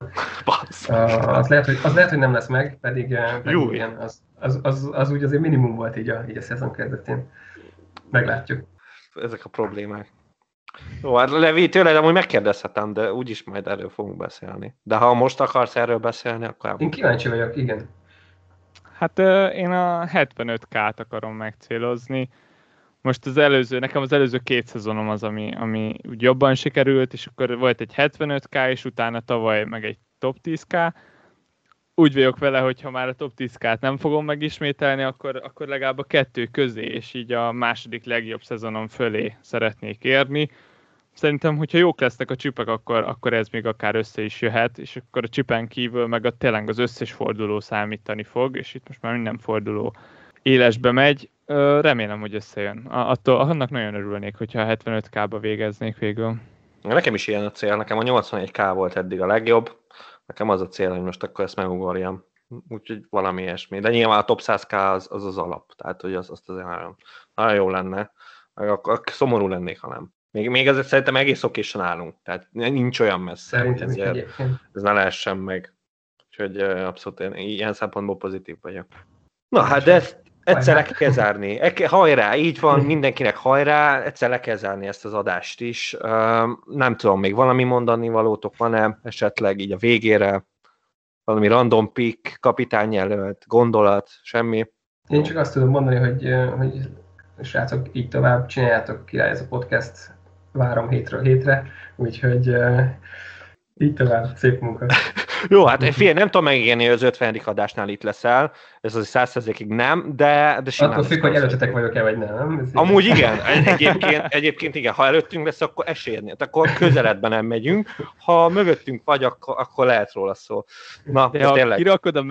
Az lehet, hogy nem lesz meg, pedig igen, az úgy azért minimum volt így a szezon kezdetén. Meglátjuk. Ezek a problémák. Jó, hát Levi, tőled amúgy megkérdezhetem, de úgyis majd erről fogunk beszélni. De ha most akarsz erről beszélni, akkor... Én kíváncsi vagyok, igen. Hát én a 75K-t akarom megcélozni. Most nekem az előző 2 szezonom az, ami úgy jobban sikerült, és akkor volt egy 75K, és utána tavaly meg egy top 10K. Úgy vagyok vele, hogy ha már a top 10K-t nem fogom megismételni, akkor legalább a 2 közé, és így a második legjobb szezonom fölé szeretnék érni. Szerintem, hogyha jók lesznek a csipek, akkor ez még akár össze is jöhet, és akkor a csipen kívül meg tényleg az összes forduló számítani fog, és itt most már minden forduló élesbe megy. Remélem, hogy összejön. Annak nagyon örülnék, hogyha a 75K-ba végeznék végül. Nekem is ilyen a cél, nekem a 81K volt eddig a legjobb. Nekem az a cél, hogy most akkor ezt megugorjam. Úgyhogy valami ilyesmi. De nyilván a top 100K az alap. Tehát, hogy azt azért nagyon jó lenne. Akkor szomorú lennék, ha nem. Még ezért szerintem egész okésan állunk. Tehát nincs olyan messze, hogy ez ne lehessen meg. Úgyhogy abszolút ilyen szempontból pozitív vagyok. Na hát, de ezt egyszer le kell zárni. Hajrá, így van, mindenkinek hajrá, egyszer le kell zárni ezt az adást is. Nem tudom, még valami mondani valótok van-e, esetleg így a végére, valami random pick, kapitányjelölt, gondolat, semmi? Én csak azt tudom mondani, hogy srácok, így tovább csináljátok, király ez a podcast, várom hétről hétre, úgyhogy így tovább, szép munka. Jó, hát figyelj, nem tudom megígérni, hogy az 50. adásnál itt leszel, ez az 100%-ig nem, de simán. Attól függ, hogy előttetek vagyok-e, vagy nem. Amúgy igen, egyébként igen, ha előttünk lesz, akkor esélyednél, akkor közeledben nem megyünk, ha mögöttünk vagy, akkor lehet róla szó. Na, de ha tényleg.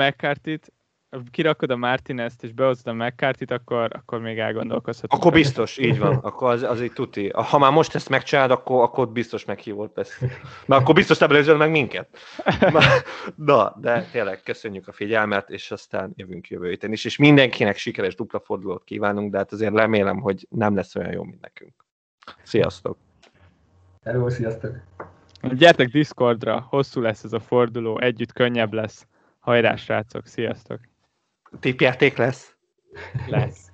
kirakod a Martinezt és behozod a McCarthyt, akkor még elgondolkozhatunk. Akkor biztos, így van, akkor az így tuti. Ha már most ezt megcsinálod, akkor biztos meghívott lesz. Na, akkor biztos nem előzöl meg minket. Na, de tényleg köszönjük a figyelmet, és aztán jövünk jövő héten is, és mindenkinek sikeres dupla fordulót kívánunk, de hát azért remélem, hogy nem lesz olyan jó, mint nekünk. Sziasztok! Hello, sziasztok! Gyertek Discordra, hosszú lesz ez a forduló, együtt könnyebb lesz. Hajrá, srácok, sziasztok! Tippjáték lesz? Lesz.